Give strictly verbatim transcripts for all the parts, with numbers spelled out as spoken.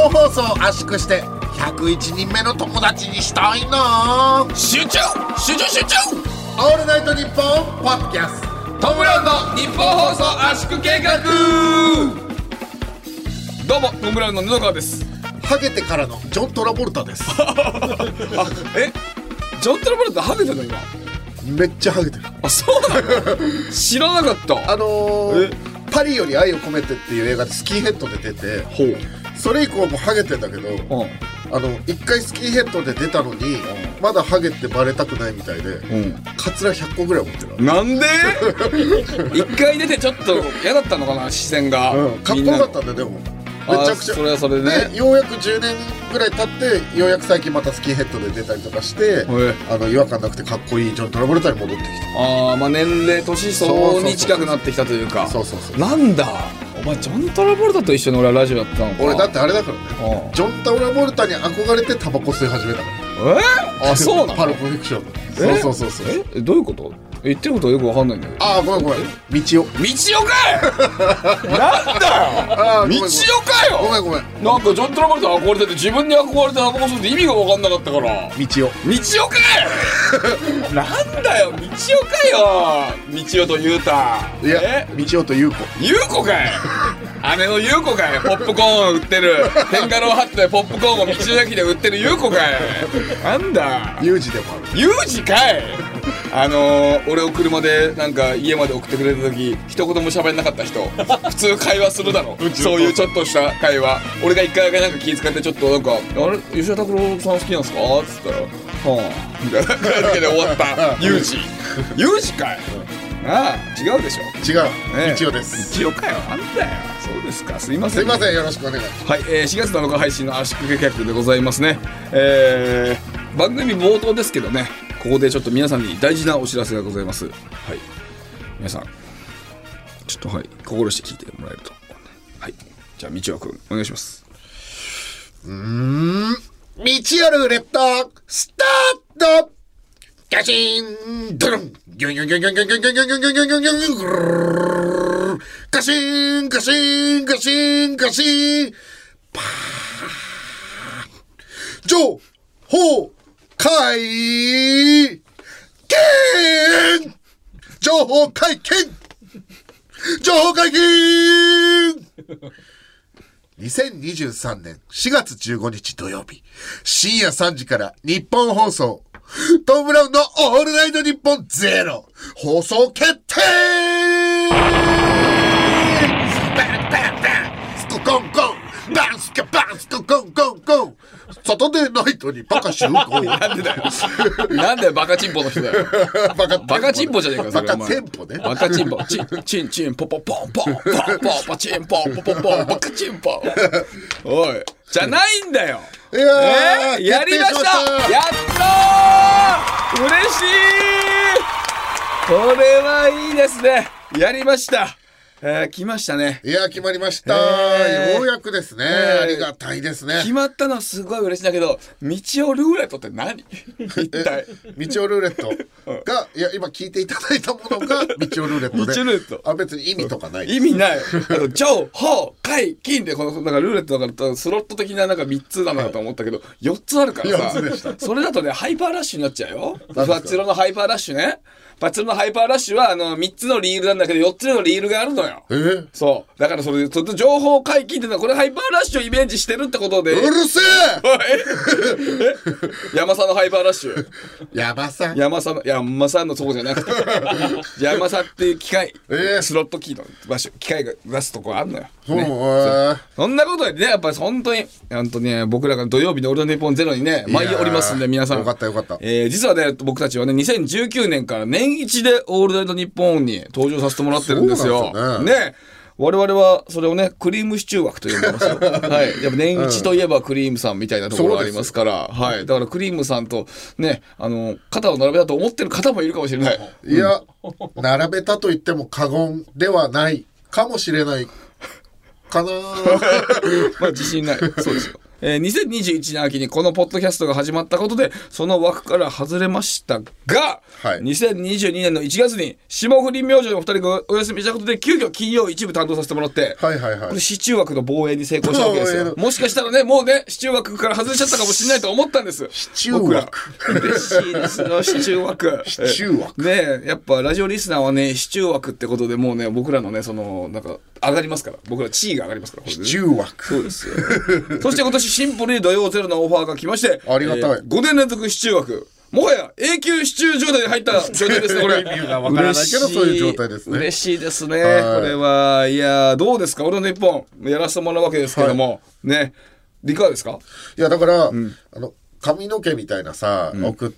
本放送を圧縮してひゃくいちにんめの友達にしたいな。 集中集中集中。 オールナイトニッポンポッドキャストトム・ブラウンの日本放送圧縮計画。どうもトム・ブラウンの布川です。 ハゲてからのジョン・トラボルタですあえジョン・トラボルタハゲてんの今。 めっちゃハゲてる。 あ、そうなの知らなかった。 あのー、パリより愛を込めてっていう映画でスキンヘッドで出て、 ほう、 それ以降もハゲてんだけど、うん、あの一回スキンヘッドで出たのに、うん、まだハゲってバレたくないみたいで、うん、カツラひゃっこぐらい持ってる。 なんで一回出てちょっと嫌だったのかな、視線が、うん、 かっこよかったんだよ。でもめちゃくちゃそれはそれで、ね、 ようやくじゅうねんぐらい経ってようやく最近またスキンヘッドで出たりとかして、あの違和感なくてかっこいいジョン・トラボルタに戻ってきた。 ああ、まあ年齢年相に近くなってきたというか。 そうそうそう。 なんだお前ジョン・トラボルタと一緒に俺はラジオやってたのか。 俺だってあれだからね、ジョン・トラボルタに憧れてタバコ吸い始めたから。 えー、あ、そうなの。 パルプフィクション。そうそうそうそう。 え、どういうこと？言ってることはよくわかんないんだけど。 ああ、ごめんごめん。道夫。道夫かいなんだよ道夫かよ。 ごめんごめん。 なんかジョン・トラボルタ憧れてて自分に憧れてタバコ吸うって意味がわかんなかったから。 道夫。道夫かいなんだよ道夫かよ。道夫と雄太。 いや、道夫と優子。 優子かい姉の優子かい。ポップコーンを売ってる天下のハットでポップコーンを道の駅で売ってる優子かい。なんだユージでもある。 ユージかい。あのー、俺を車でなんか家まで送ってくれた時一言も喋んなかった人普通会話するだろそういうちょっとした会話。俺が一回なんか気遣ってちょっとなんか「あれ吉田拓郎さん好きなんすか?」っつったら「はあ」みたいな感じで終わったユージユージかい。ああ、違うでしょ。 違う、ね、道夫です。 道夫かよ。なんだよ。そうですか。すいません、 ね、すいません、よろしくお願いします。 はい、えー、しがつなのか配信の圧縮計画でございますね。えー、番組冒頭ですけどね、ここでちょっと皆さんに大事なお知らせがございます。はい、皆さんちょっとはい心して聞いてもらえると。はい、じゃあ道夫君お願いします。 うーん、道夫ルーレットスタート。ガシーンドロンギョンギョンギョンギョンギョンギョンギョンギョンギョンギョンギョンギョンギョンギョンギョンガシーンガシーンガシーンガシーンパー情報解禁情報解禁情報解禁にせんにじゅうさんねんしがつじゅうごにち土曜日深夜さんじから日本放送トム・ブラウンのオールナイトニッポンゼロ放送決定。バンバンバンスココンコンバンスカバンスココンコンコンサタデーナイトにバカ集合。 なんでだよなんでバカチンポの人だよバカバカチンポじゃねえか。 バカテンポね。 バカチンポチンチンチンポポポンポンポンポンポチンポンポポポンバカチンポおいじゃないんだよ。 いやー、 えー、やりましたやったー嬉しい。これはいいですね。やりました。えー、来ましたね。 いや決まりました、えー、ようやくですね、えー、ありがたいですね。 決まったのはすごい嬉しいんだけど、道夫ルーレットって何一体道夫ルーレットがいや今聞いていただいたものが道夫ルーレットで道夫ルーレットあ別に意味とかない。 意味ない。あの情報解禁でこのなんかルーレットだからスロット的ななんかみっつなのかと思ったけど、はい、よっつあるからさそれだとねハイパーラッシュになっちゃうよ。バチロのハイパーラッシュね。バチロのハイパーラッシュはあのみっつのリールなんだけどよっつのリールがあるのよ。 えー、 そうだからそれちょっと情報解禁ってのはこれハイパーラッシュをイメージしてるってことで。 うるせえ山佐のハイパーラッシュ山佐山佐の山佐のとこじゃなくて山佐っていう機械、 えー、 スロットキーの場所機械が出すとこあるのよ、ね、 そう、えー、 そんなことでねやっぱり本当に本当にね僕らが土曜日のオールナイトニッポンゼロにね舞いおりますんで皆さんよかったよかった、 えー、実はね僕たちはねにせんじゅうきゅうねんから年一でオールナイトニッポンに登場させてもらってるんですよ。 そうなんですよね。 ね我々はそれをねクリームシチュー枠と呼んでますよはいやっぱ年一といえばクリームさんみたいなところがありますから、うん、はいだからクリームさんとねあの肩を並べたと思ってる方もいるかもしれない。 いや、うん、並べたと言っても過言ではないかもしれないかなまあ自信ないそうですよ。 えー、にせんにじゅういちねん秋にこのポッドキャストが始まったことでその枠から外れましたが、 はい、 にせんにじゅうにねんのいちがつに霜降り明星のお二人がお休みしたことで急遽金曜一部担当させてもらって、 はいはいはい、これ支柱枠の防衛に成功したわけですよ。もしかしたらねもうね支柱枠から外れちゃったかもしれないと思ったんです。 支柱枠嬉しいですよ支柱枠支柱枠ねえやっぱラジオリスナーはね支柱枠ってことでもうね僕らのねそのなんか上がりますから僕ら地位が上がりますから。 支柱枠そうですよそして今年シンプルに土曜ゼロのオファーが来ましてありがたい、えー、 ごねん連続支柱枠もはや永久支柱状態に入った状態ですねこれ。 意味が分からないけどそういう状態ですね。 嬉しいですねこれは。いやどうですか俺の日本やらせてもらうわけですけども、はい、ねいかがですか。 いやだから、うん、あの髪の毛みたいなさ、うん、送って、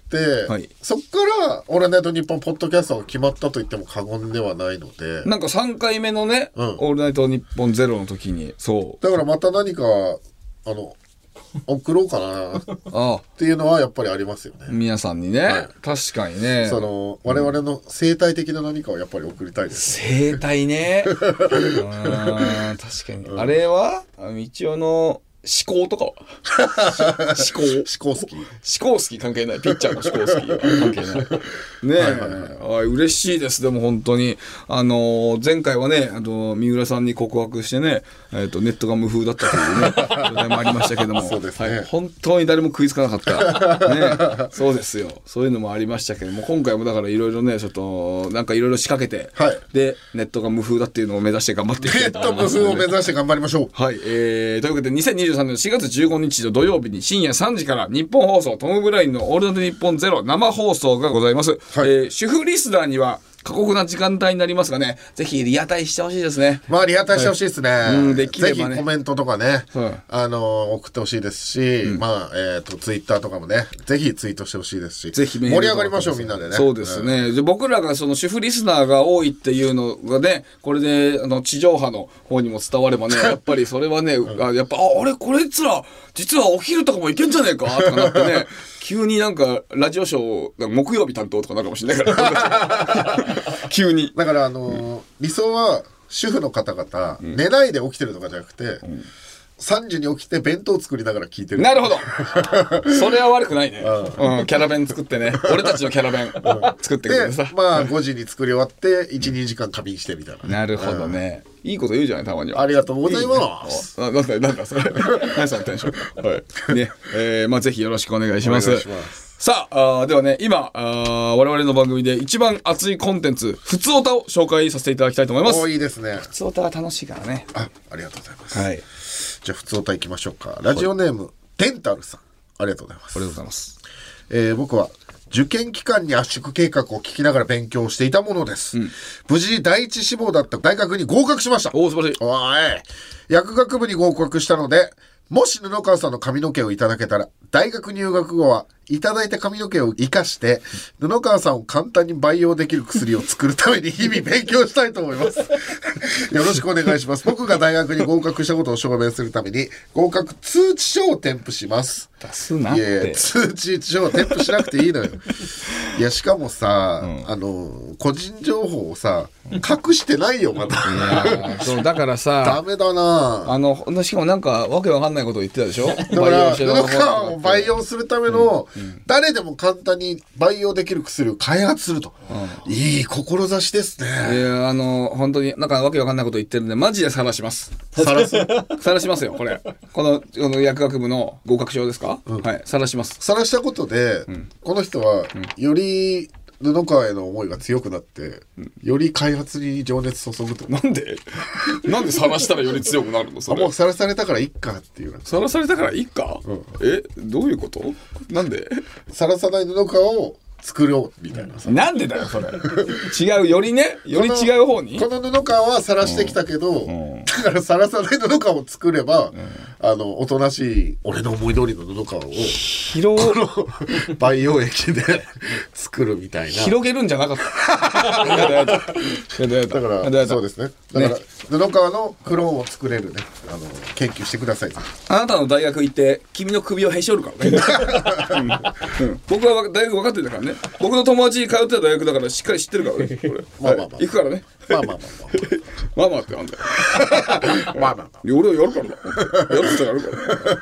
はい、そっから「オールナイトニッポン」ポッドキャストが決まったと言っても過言ではないので、 なんかさんかいめのね「うん、オールナイトニッポンゼロの時にそうだからまた何かあの送ろうかなっていうのはやっぱりありますよね皆さんにね、はい、確かにねその我々の生態的な何かをやっぱり送りたいです、 ね、生態ねうん確かに、うん、あれは一応の思考とかは思考思考好き思考好き関係ないピッチャーの思考好きは関係ないねえ、はいはいはい、嬉しいです。でも本当にあのー、前回はねあの三浦さんに告白してね、えー、とネットが無風だったというね状態もありましたけどもそうですね、 はい、本当に誰も食いつかなかったねそうですよそういうのもありましたけども今回もだからいろいろねちょっとなんかいろいろ仕掛けて、はい、でネットが無風だっていうのを目指して頑張っていきたいと思います、ね、 ネット無風を目指して頑張りましょう。 はい、えー、というわけでにせんにじゅうさんねんしがつじゅうごにちの土曜日に深夜さんじから日本放送トム・ブラインのオールナイトニッポンゼロ生放送がございます、はい、えー、主婦リスナーには過酷な時間帯になりますがねぜひリアタイしてほしいですね。 まあリアタイしてほしいですね、はい、うん、できればねぜひコメントとかね、はい、あの送ってほしいですし、うん、まあえっ、ー、とツイッターとかもねぜひツイートしてほしいですしぜひ盛り上がりましょうみんなでね。 そうですね、うん、で僕らがその主婦リスナーが多いっていうのがねこれであの地上波の方にも伝わればねやっぱりそれはね、うん、あやっぱああれこれつら実はお昼とかもいけんじゃねえかとかなってね急になんかラジオショー木曜日担当とかなるかもしれないから急にだからあのーうん、理想は主婦の方々、うん、寝ないで起きてるとかじゃなくて、うん、さんじに起きて弁当作りながら聞いてる。 なるほどそれは悪くないね、うんうん、キャラ弁作ってね俺たちのキャラ弁、うん、作ってくれてさまあごじに作り終わっていちにじかん仮眠してみたいな、ね、 なるほどね、うん、いいこと言うじゃないたまには。 ありがとうございます。 いい、ね、なんだなんだそれ何そのテンションはいねえー、まあぜひよろしくお願いします。お願いします。さあ、あではね今あ我々の番組で一番熱いコンテンツふつおたを紹介させていただきたいと思います。 おいいですね。 ふつおたは楽しいからね。 あありがとうございます、 はい、 じゃあふつおたいきましょうか。ラジオネームデンタルさんありがとうございます。 ありがとうございます、 えー、僕は受験期間に圧縮計画を聞きながら勉強していたものです、うん、無事第一志望だった大学に合格しました。 おお素晴らしい。 おい薬学部に合格したのでもし布川さんの髪の毛をいただけたら大学入学後はいただいた髪の毛を生かして布川さんを簡単に培養できる薬を作るために日々勉強したいと思いますよろしくお願いします。僕が大学に合格したことを証明するために合格通知書を添付します。 出すなって。いやいや通知書を添付しなくていいのよいやしかもさ、うん、あの個人情報をさ隠してないよまだいやそうだからさダメだなあのしかもなんかわけわかんないことを言ってたでしょだから布川を培養するための、うんうん、誰でも簡単に培養できる薬を開発すると、うん、いい志ですね。 いやあの本当になんかわけわかんないこと言ってるんでマジで晒します晒す晒しますよこれこの、この薬学部の合格証ですか、うん、はい晒します。 晒したことで、うん、この人はより布川への思いが強くなって、うん、より開発に情熱注ぐと。 なんでなんで晒したらより強くなるのそれ。 もう晒されたからいっかっていう。 晒されたからいっか、うん、えどういうこと。なんで晒さない布川を作ろうみたいなさ。 なんでだよそれ違うよりねより違う方にこの布川は晒してきたけど、うんうん、だから晒さない布川を作れば、うん、あのおとなしい俺の思い通りの布川を広この培養液で作るみたいな。 広げるんじゃなかったやだやだやだやだだからやだやだそうですね。だから、ね、布川のクローンを作れるねあの研究してください。 あなたの大学行って君の首をへし折るからね、うんうん、僕は大学分かってるからね。僕の友達に通ってた大学だからしっかり知ってるからねこれまあまあまあ行くからねまあまあまあまあまあまあってなんだよまあまあまあ俺はやるからなやるってやるから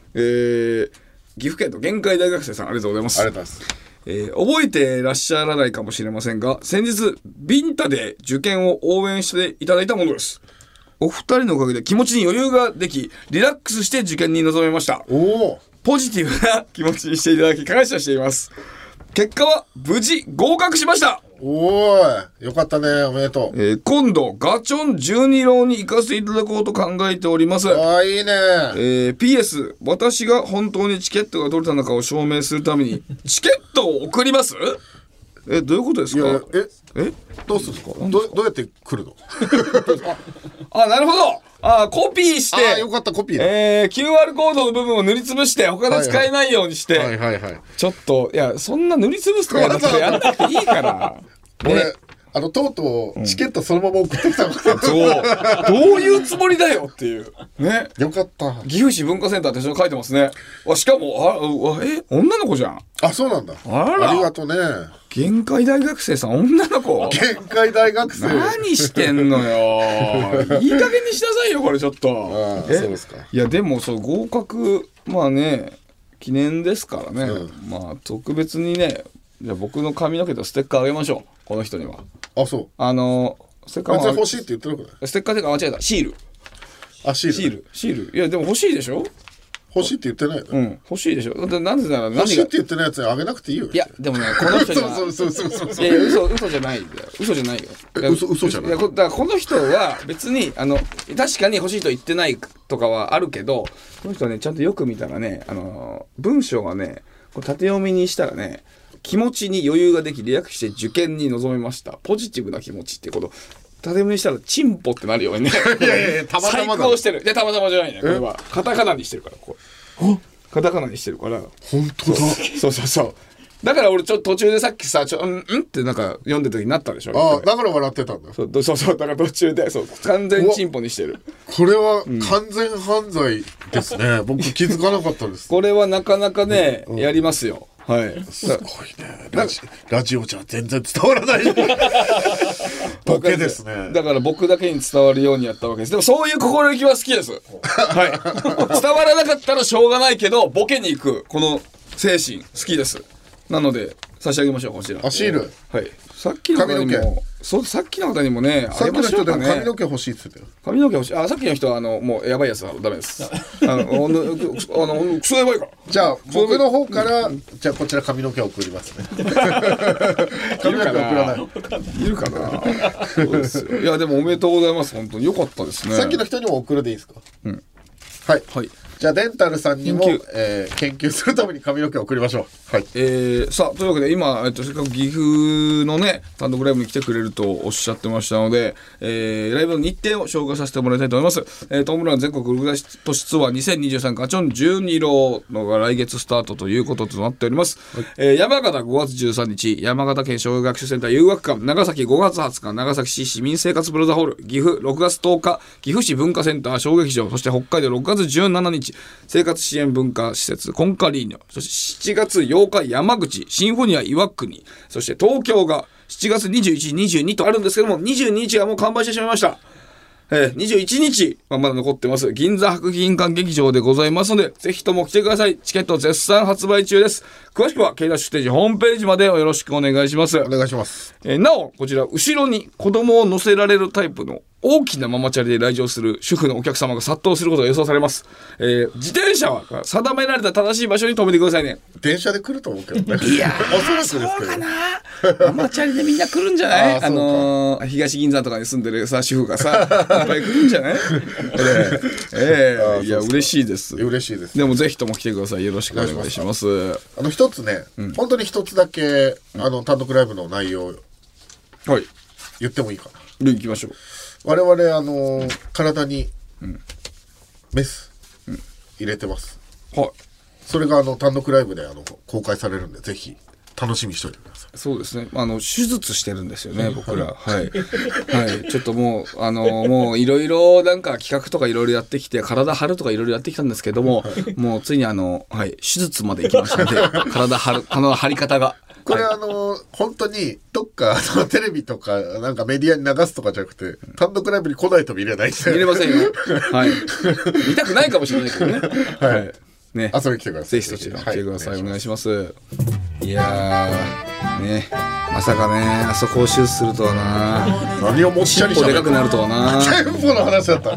えー、岐阜県の限界大学生さん、ありがとうございます。 ありがとうございます。 えー、覚えてらっしゃらないかもしれませんが、先日ビンタで受験を応援していただいたものです。お二人のおかげで気持ちに余裕ができ、リラックスして受験に臨めました。 おお、 ポジティブな気持ちにしていただき感謝しています。結果は無事合格しました。 おーい、よかったね、おめでとう。 えー、今度ガチョンじゅうに浪に行かせていただこうと考えております。 ああ、いいね。 えー、ピーエス 私が本当にチケットが取れたのかを証明するためにチケットを送ります。え、どういうことですか。 いやええどうするんですか。どどうやって来るの。 あ、なるほど。あ、コピーして、 あ、よかった、コピーだ。 えー、キューアール コードの部分を塗りつぶして他で使えないようにして、 はいはいはい、 ちょっといや、そんな塗りつぶすとかやらなくていいから俺、ね、あのとうとうチケットそのまま送ってきたの、うん、そうどういうつもりだよっていうね。 よかった。 岐阜市文化センターって書いてますね。あ、しかもあえ女の子じゃん。 あ、そうなんだ。 あら、 ありがとうね。 限界大学生さん、女の子。 限界大学生何してんのよ。いい加減にしなさいよこれちょっと。 ああ、そうですか。 いやでもそう合格、まあね記念ですからね、うん、まあ特別にね、じゃあ僕の髪の毛とステッカーあげましょう、この人には。 あ、そう。 あのステッカーは欲しいって言ってなくない。 ステッカーっていうか間違えた、シール。 あ、シール、 シール、シール。いやでも欲しいでしょ。 欲しいって言ってないよ。 うん、欲しいでしょ。だってなんでなら何が欲しいって言ってないやつにあげなくていいよ。 いやでもね、この人にはそうそうそうそうそう。 いやいや、嘘嘘じゃないんだよ。嘘じゃないよ。 嘘嘘じゃない。 いや、だからこの人は別にあの確かに欲しいと言ってないとかはあるけど、この人はねちゃんとよく見たらね、あの文章がねこう縦読みにしたらね、気持ちに余裕ができリラックスして受験に臨めました。ポジティブな気持ちってこと。縦読みにしたらチンポってなるようにね。 いやいやいや、たまたまだ。 最高してる。でたまたまじゃないね。これはカタカナにしてるからこう。カタカナにしてるから。 本当だ。 そうそうそう。だから俺ちょっと途中でさっきさちょんんってなんか読んでる時になったでしょ。 ああ、だから笑ってたんだ。 そうそうそう、だから途中でそう完全チンポにしてる。 これは完全犯罪ですね。うん、僕気づかなかったです。 これはなかなかね、うん、やりますよ。はい。 すごいね。ラジラジオじゃ全然伝わらない。ボケですね。 だから僕だけに伝わるようにやったわけです。でもそういう心意気は好きです。はい。伝わらなかったらしょうがないけど、ボケに行くこの精神好きです。なので差し上げましょう、こちら。 あ、シール。 はい。さっきの方にも、そう、さっきの方にもね、 さっきの人でも髪の毛欲しいっつってたよ。 髪の毛欲しい。あ、さっきの人はあのもうやばいやつだからダメです。あの、あのクソやばいから。 じゃあ僕の方からじゃあこちら髪の毛送りますね。髪の毛送らない。 いるかな。そうですよ。いやでもおめでとうございます。本当に良かったですね。 さっきの人にも送るでいいですか。 うん。 はい。 はい。 じゃあデンタルさんにも研究、えー、研究するために髪の毛を送りましょう。はい。 えー、さあというわけで今、えっと、せっかく岐阜のね単独ライブに来てくれるとおっしゃってましたので、えー、ライブの日程を紹介させてもらいたいと思います。えー、トムラン全国ろく大都市ツアーにせんにじゅうさんガチョンじゅうに浪のが来月スタートということとなっております。はい。えー、山形ごがつじゅうさんにち山形県障害学習センター遊学館、長崎ごがつはつか長崎市市民生活プラザホール、岐阜ろくがつとおか岐阜市文化センター小劇場、そして北海道ろくがつじゅうしちにち生活支援文化施設コンカリーニョ、そしてしちがつようか山口シンフォニア岩国、そして東京がしちがつにじゅういち、にじゅうにとあるんですけども、にじゅうににちはもう完売してしまいました。えー、にじゅういちにちはまだ残ってます銀座博品館劇場でございますので、ぜひとも来てください。チケット絶賛発売中です。詳しくは K ダッシュステージホームページまでよろしくお願いします。 お願いします。 えー、なおこちら後ろに子供を乗せられるタイプの大きなママチャリで来場する主婦のお客様が殺到することが予想されます。えー、自転車は定められた正しい場所に止めてくださいね。 電車で来ると思うけどね。 いやおそらくですけど。 そうかな。ママチャリでみんな来るんじゃない？あ, あのー、東銀座とかに住んでるさ主婦がさいっぱい来るんじゃない？えー、えー、いや嬉しいです。 嬉しいです。 でもぜひとも来てください。よろしくお願いします。 あの一つね、うん、本当に一つだけあの単独ライブの内容、 はい、 言ってもいいかな。 で行きましょう。 我々あのー、体にメス入れてます。 うん、はい。 それがあの単独ライブであの公開されるんでぜひ楽しみにしておいてください。 そうですね。あの手術してるんですよね、僕ら。はい。はい。ちょっともうあのもういろいろなんか企画とかいろいろやってきて、体張るとかいろいろやってきたんですけども、はい、もうついにあのはい手術まで行きましたので、体張る体の張り方が。 これ、はい、あの本当にどっかあのテレビとかなんかメディアに流すとかじゃなくて、単独ライブに来ないと見れないんですよ。 見れませんよ。はい。見たくないかもしれないけどね。 はい。 ね、 遊びに来てください。 ぜひそちら来てください、はい、お願いします。いやーね、まさかねあそこを手術するとはな、 何をもっちゃりしゃべる、 尻尾でかくなるとはな、 テンポの話だった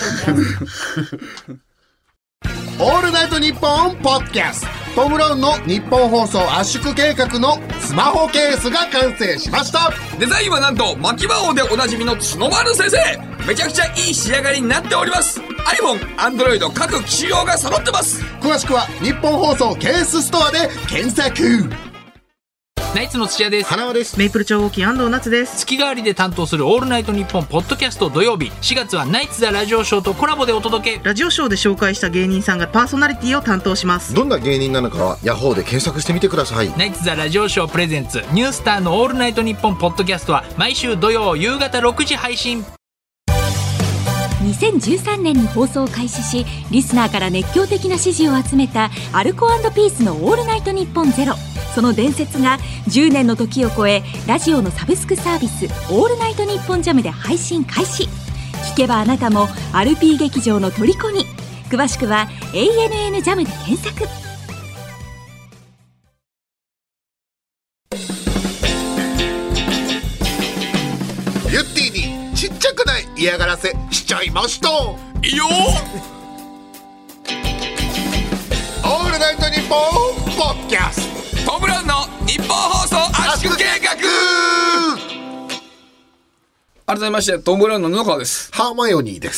オールナイトニッポンポッドキャスト、トム・ブラウンの日本放送圧縮計画のスマホケースが完成しました。 デザインはなんと牧場王でおなじみの角丸先生、めちゃくちゃいい仕上がりになっております。 iPhone、Android 各機種用が揃ってます。 詳しくは日本放送ケースストアで検索。 ナイツの土屋です。 花輪です。 メイプル超合金安藤夏です。月替わりで担当するオールナイトニッポンポッドキャスト土曜日、しがつはナイツザラジオショーとコラボでお届け。 ラジオショーで紹介した芸人さんがパーソナリティを担当します。 どんな芸人なのかはヤホーで検索してみてください。 ナイツザラジオショープレゼンツニュースターのオールナイトニッポンポッドキャストは毎週土曜夕方ろくじ配信。 にせんじゅうさんねんに放送を開始し、リスナーから熱狂的な支持を集めたアルコ&ピースのオールナイトニッポンゼロ。その伝説がじゅうねんの時を超え、ラジオのサブスクサービスオールナイトニッポンジャムで配信開始。聞けばあなたも アールピー 劇場の虜に。詳しくは エーエヌエヌ ジャムで検索。 ユッティにちっちゃくない嫌がらせしちゃいました。 いいよオールナイトニッポンポッドキャスト、 トム・ブラウンの日本放送圧縮計画。改めましてトム・ブラウンの布川です。 ハーマイオニーです。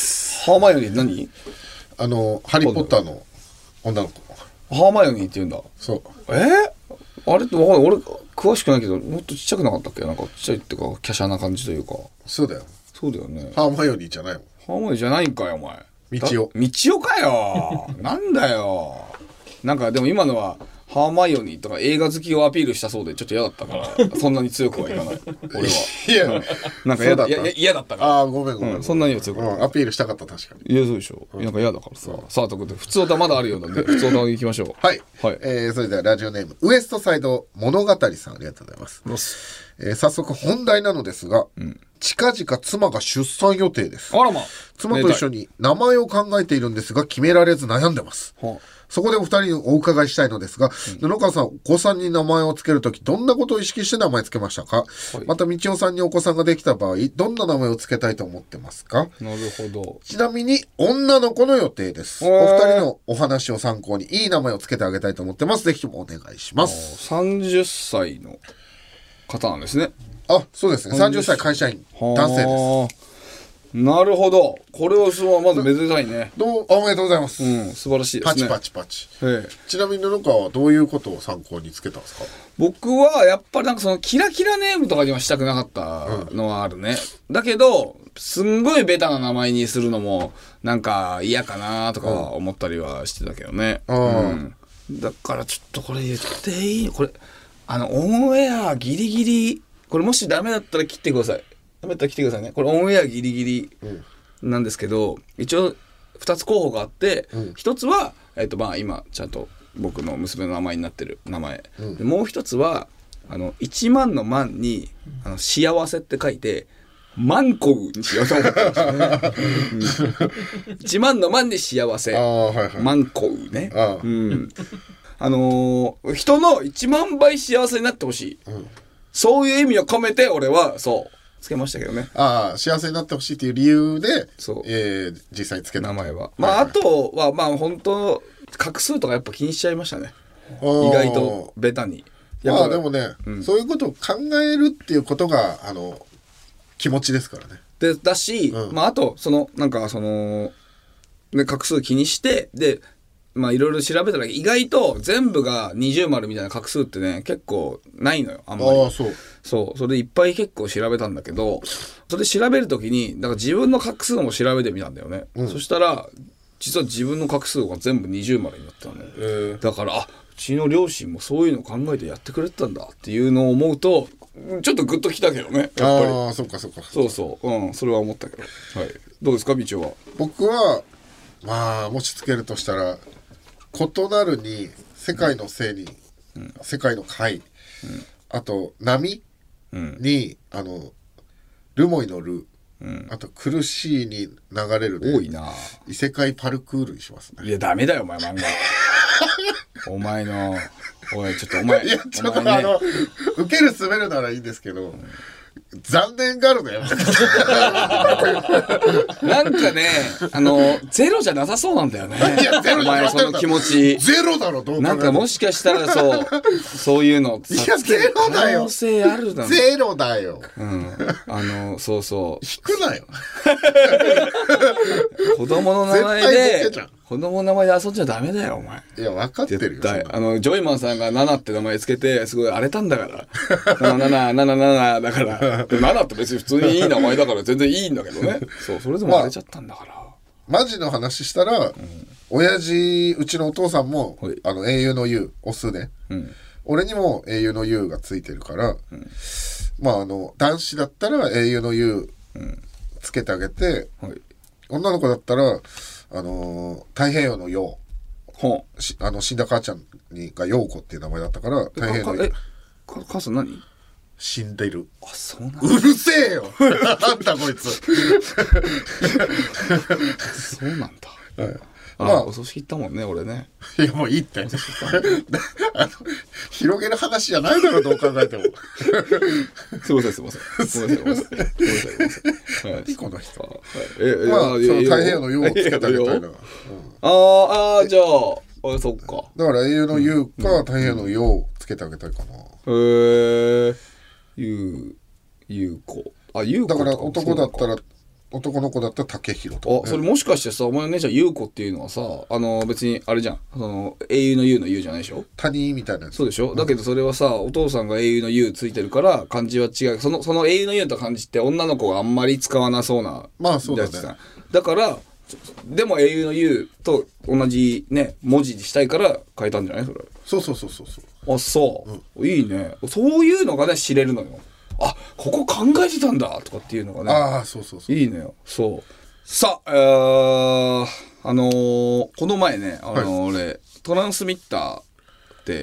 ハーマイオニー何？ あのハリーポッターの女の子。 ハーマイオニーって言うんだ。 そう。 えー、あれって分かんない。俺詳しくないけど、もっとちっちゃくなかったっけ？なんかちっちゃいっていうか華奢な感じというか。 そうだよ。 そうだよね。 ハーマイオニーじゃないもん。 ハーマイオニーじゃないんかよお前。 道夫。 道夫かよなんだよ。なんかでも今のはハーマイオニーとか映画好きをアピールしたそうでちょっと嫌だったからそんなに強くはいかない俺は。 いやなんか嫌だった嫌だったから。 ああごめんごめん、うん、 そんなには強くない、 うん、アピールしたかった確かに。 いやそうでしょ、うん、なんか嫌だからさ、うん、さあということで普通歌まだあるようなんで普通歌行きましょう。 はい、はい、えー、それではラジオネームウエストサイド物語さん、ありがとうございます。えー、早速本題なのですが、うん、近々妻が出産予定です。 あらま。 妻と一緒に名前を考えているんですが決められず悩んでます。はあ、そこでお二人にお伺いしたいのですが、うん、布川さん、お子さんに名前をつけるときどんなことを意識して名前つけましたか？はい、また道夫さんにお子さんができた場合どんな名前をつけたいと思ってますか？ なるほど。 ちなみに女の子の予定です。お二人のお話を参考にいい名前をつけてあげたいと思ってます。ぜひともお願いします。 さんじゅっさいの方なんですね。 あ、そうですね。さんじゅっさい会社員男性です。 なるほど。これはそうまずめでたいね。 どうおめでとうございます。 うん、素晴らしいですね。 パチパチパチ。ええ、ちなみに布川はどういうことを参考につけたんですか？ 僕はやっぱりなんかそのキラキラネームとかにはしたくなかったのはあるね。うん、だけどすんごいベタな名前にするのもなんか嫌かなとか思ったりはしてたけどね。うん、うん、だからちょっとこれ言っていい？これあのオンエアギリギリこれもしダメだったら切ってください。ダメだったら来てくださいね。これオンエアギリギリなんですけど、うん、一応ふたつ候補があって、うん、ひとつは、えーとまあ、今ちゃんと僕の娘の名前になってる名前、うん、でもうひとつはあのいちまんの万にあの幸せって書いてマンコウにしようと思ってましたね。うん、いちまんの万に幸せ、はいはい、マンコウね。あ、うん、あのー、人のいちまんばい幸せになってほしい、うん、そういう意味を込めて俺はそうつけましたけどね。 ああ、幸せになってほしいという理由で、そう、えー、実際につけた名前は。まあ、はいはい、あとはまあ本当画数とかやっぱ気にしちゃいましたね。意外とベタに。 まあでもね、うん、そういうことを考えるっていうことがあの気持ちですからね。 でだし、うん、まああとそのなんかそのね画数気にしてで。まあいろいろ調べたら意外と全部が二重丸みたいな画数ってね結構ないのよあんまり。 ああそう。 そうそれでいっぱい結構調べたんだけどそれで調べるときにだから自分の画数も調べてみたんだよね、うん、そしたら実は自分の画数が全部二重丸になったの、ね、えー、だからあうちの両親もそういうのを考えてやってくれてたんだっていうのを思うとちょっとグッときたけどねやっぱり。 ああそっかそっか。 そうそううんそれは思ったけど、はい、どうですかみちおは。 僕はまあもしつけるとしたら異なるに世界のせいに、うん、世界の会、うん、あと波に、うん、あのルモイのル、うん、あと苦しいに流れるで多いな。 異世界パルクールにしますね。 いやダメだよお前漫画お前のおいちょっとお前いやちょっと、 ね、 あの受ける滑るならいいんですけど、残念があるのよなんかねあのゼロじゃなさそうなんだよね。 いやゼロお前その気持ちゼロだろどう考えても。 なんかもしかしたらそうそういうのいやゼロだよ。 可能性あるだろ。 ゼロだよ。 うんあのそうそう引くなよ子供の名前で子供の名前で遊んじゃダメだよお前。 いや分かってるよ。 絶対あのジョイマンさんがナナって名前つけてすごい荒れたんだからナナナナナナナだからナナって別に普通にいい名前だから全然いいんだけどね。そうそれでも荒れちゃったんだから、 まあ、マジの話したら、うん、親父うちのお父さんも、はい、あの英雄の U オスで、うん、俺にも英雄の U がついてるから、うん、まああの男子だったら英雄の U つけてあげて、はい、女の子だったらあのー、太平洋の陽、あの死んだ母ちゃんにが陽子っていう名前だったから太平洋の陽。 えか母さん何死んでる。 あそうなんだ。 うるせえよなんだこいつそうなんだ、はい、あ、まあ、お葬式行ったもんね俺ね。 いやもういいってあの広げる話じゃないだろどう考えてもすいませんすいませんすいませんすいませんすいませんすいませんはいこの人、はい、 えまあその太平洋の陽をつけてあげたいな、うん、 ああじゃああそっかだから英雄の陽か太平洋の陽をつけてあげたいかな。 へえゆうゆうこあゆうこだから男だったら男の子だったら竹広とか、ね、 あそれもしかしてさお前の姉ちゃんゆうこっていうのはさあの別にあれじゃんその英雄のゆうのゆうじゃないでしょ。 谷みたいなやつそうでしょ、うん、だけどそれはさお父さんが英雄のゆうついてるから漢字は違う。そのその英雄のゆうと漢字って女の子があんまり使わなそうなまあそうだね。 だからでも英雄のゆうと同じね文字にしたいから変えたんじゃないそれ。 そうそうそうそうそうあそう、うん、いいね。そういうのがね知れるのよ。あここ考えてたんだとかっていうのがねあそうそうそういいねよ。そうさあ、えー、あのー、この前ね、あのーはい、俺トランスミッターって、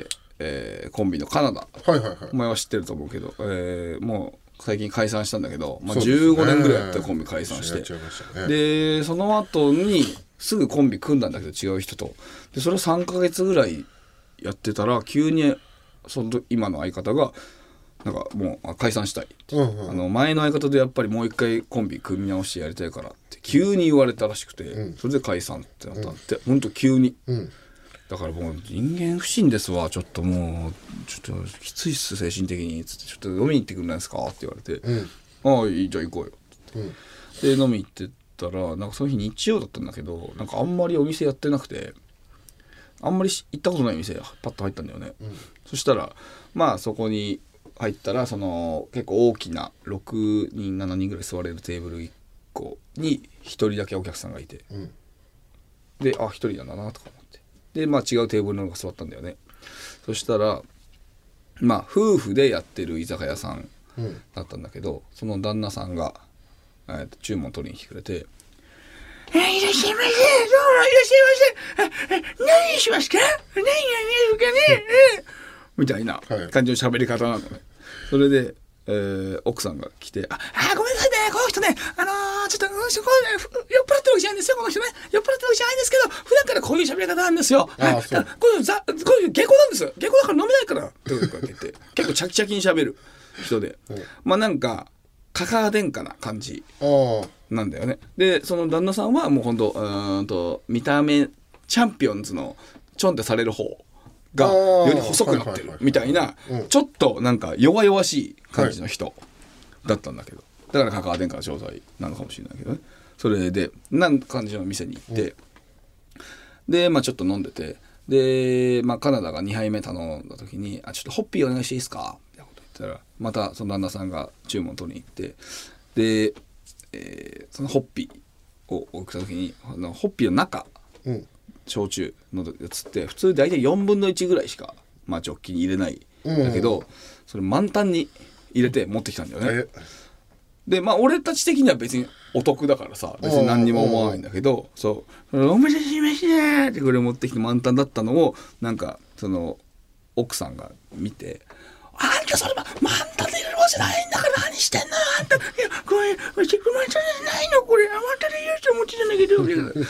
えー、コンビのカナダ、 はいはいはい、 お前は知ってると思うけど、えー、もう最近解散したんだけど、まあ、じゅうごねんぐらいやったコンビ解散して、ね、でその後にすぐコンビ組んだんだけど違う人とでそれをさんかげつぐらいやってたら急にその今の相方がなんかもう解散したいって、うんうん、あの前の相方でやっぱりもう一回コンビ組み直してやりたいからって急に言われたらしくて、うん、それで解散ってなったって、うん、ほんと急に、うん、だからもう人間不信ですわちょっともうちょっときついっす精神的につってちょっと飲みに行ってくれないですかって言われて、うん、ああいいじゃあ行こうよって、うん、で飲み行ってたらなんかその日日曜だったんだけどなんかあんまりお店やってなくてあんまり行ったことない店パッと入ったんだよね、うん、そしたらまあそこに入ったらその結構大きなろくにんしちにんぐらい座れるテーブルいっこにひとりだけお客さんがいて、うん、であひとりなんだなとか思ってでまあ違うテーブルの方が座ったんだよね。そしたらまあ夫婦でやってる居酒屋さんだったんだけど、うん、その旦那さんが、えー、と注文取りに来てくれていらっしゃいませどうもいらっしゃいませ何にしますか何が見えるかねみたいな感じの喋り方なのね、はい、それで、えー、奥さんが来てああごめんなさいねこの人ねあのー、ちょっと、うん、そこね酔っ払ってるわけじゃないんですよこの人ね酔っ払ってるわけじゃないんですけど普段からこういう喋り方なんですよあそうこういうざこういう下戸なんです下戸だから飲めないからって言って結構チャキチャキに喋る人で、うん、まあなんかカカア殿下な感じなんだよね。でその旦那さんはもうほんとうーんと見た目チャンピオンズのちょんってされる方がより細くなってるみたいなちょっとなんか弱々しい感じの人だったんだけどだからカカア殿下の状態なのかもしれないけどね。それでなん感じの店に行ってでまあちょっと飲んでてでまあカナダがにはいめ頼んだ時にあちょっとホッピーお願いしていいですかみたいなこと言ったらまたその旦那さんが注文取りに行ってで、えー、そのホッピーを置くた時にあのホッピーの中、うん焼酎のやつって普通大体よんぶんのいちぐらいしか、まあ、ジョッキに入れないんだけど、うん、それ満タンに入れて持ってきたんだよね。でまあ俺たち的には別にお得だからさ別に何にも思わないんだけどそうお待たせしましたってこれ持ってきて満タンだったのをなんかその奥さんが見てあんたそれ満タンで入れるもんじゃないんだから何してんのあんたいやこれチェック満タンじゃないのこれ余ったらいいよって思ってたんだけど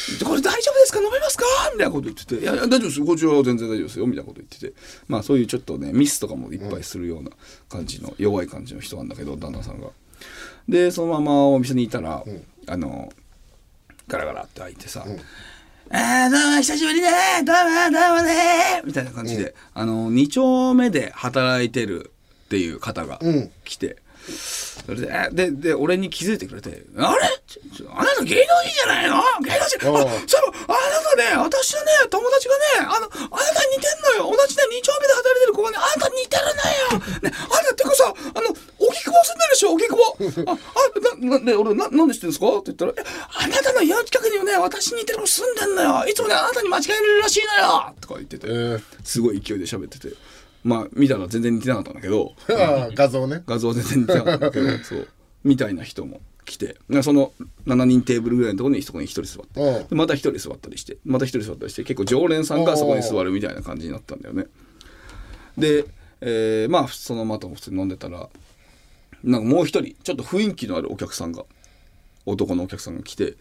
これ大丈夫ですか飲めますかみたいなこと言ってて、いやいや大丈夫ですこちらは全然大丈夫ですよみたいなこと言ってて、まあそういうちょっとねミスとかもいっぱいするような感じの弱い感じの人なんだけど旦那さんが。でそのままお店にいたら、うん、あのガラガラって開いてさ、うん、あーどうも久しぶりねどうもどうもねみたいな感じで、うん、あのに丁目で働いてるっていう方が来て、うんそれで、で、で、俺に気づいてくれて、あれあなた芸能人じゃないの芸能人あ、そう、あなたね、私のね、友達がね、あの、あなたに似てんのよ同じね、に丁目で働いてる子がね、あなたに似てるのよね、あなたってかさ、あの、荻窪住んでるでしょ荻窪あ、あ、な、な、俺、な、なんで知ってるんですかって言ったら、あなたの家の近くにもね、私に似てる子住んでんのよいつもね、あなたに間違えられるらしいのよとか言ってて、えー、すごい勢いで喋ってて。まあ見たら全然似てなかったんだけど画像ね画像は全然似てなかったんだけどそうみたいな人も来てそのななにんテーブルぐらいのところにそこにひとり座ってでまたひとり座ったりしてまたひとり座ったりして結構常連さんがそこに座るみたいな感じになったんだよね。で、えー、まあそのまた普通に飲んでたらなんかもう一人ちょっと雰囲気のあるお客さんが男のお客さんが来て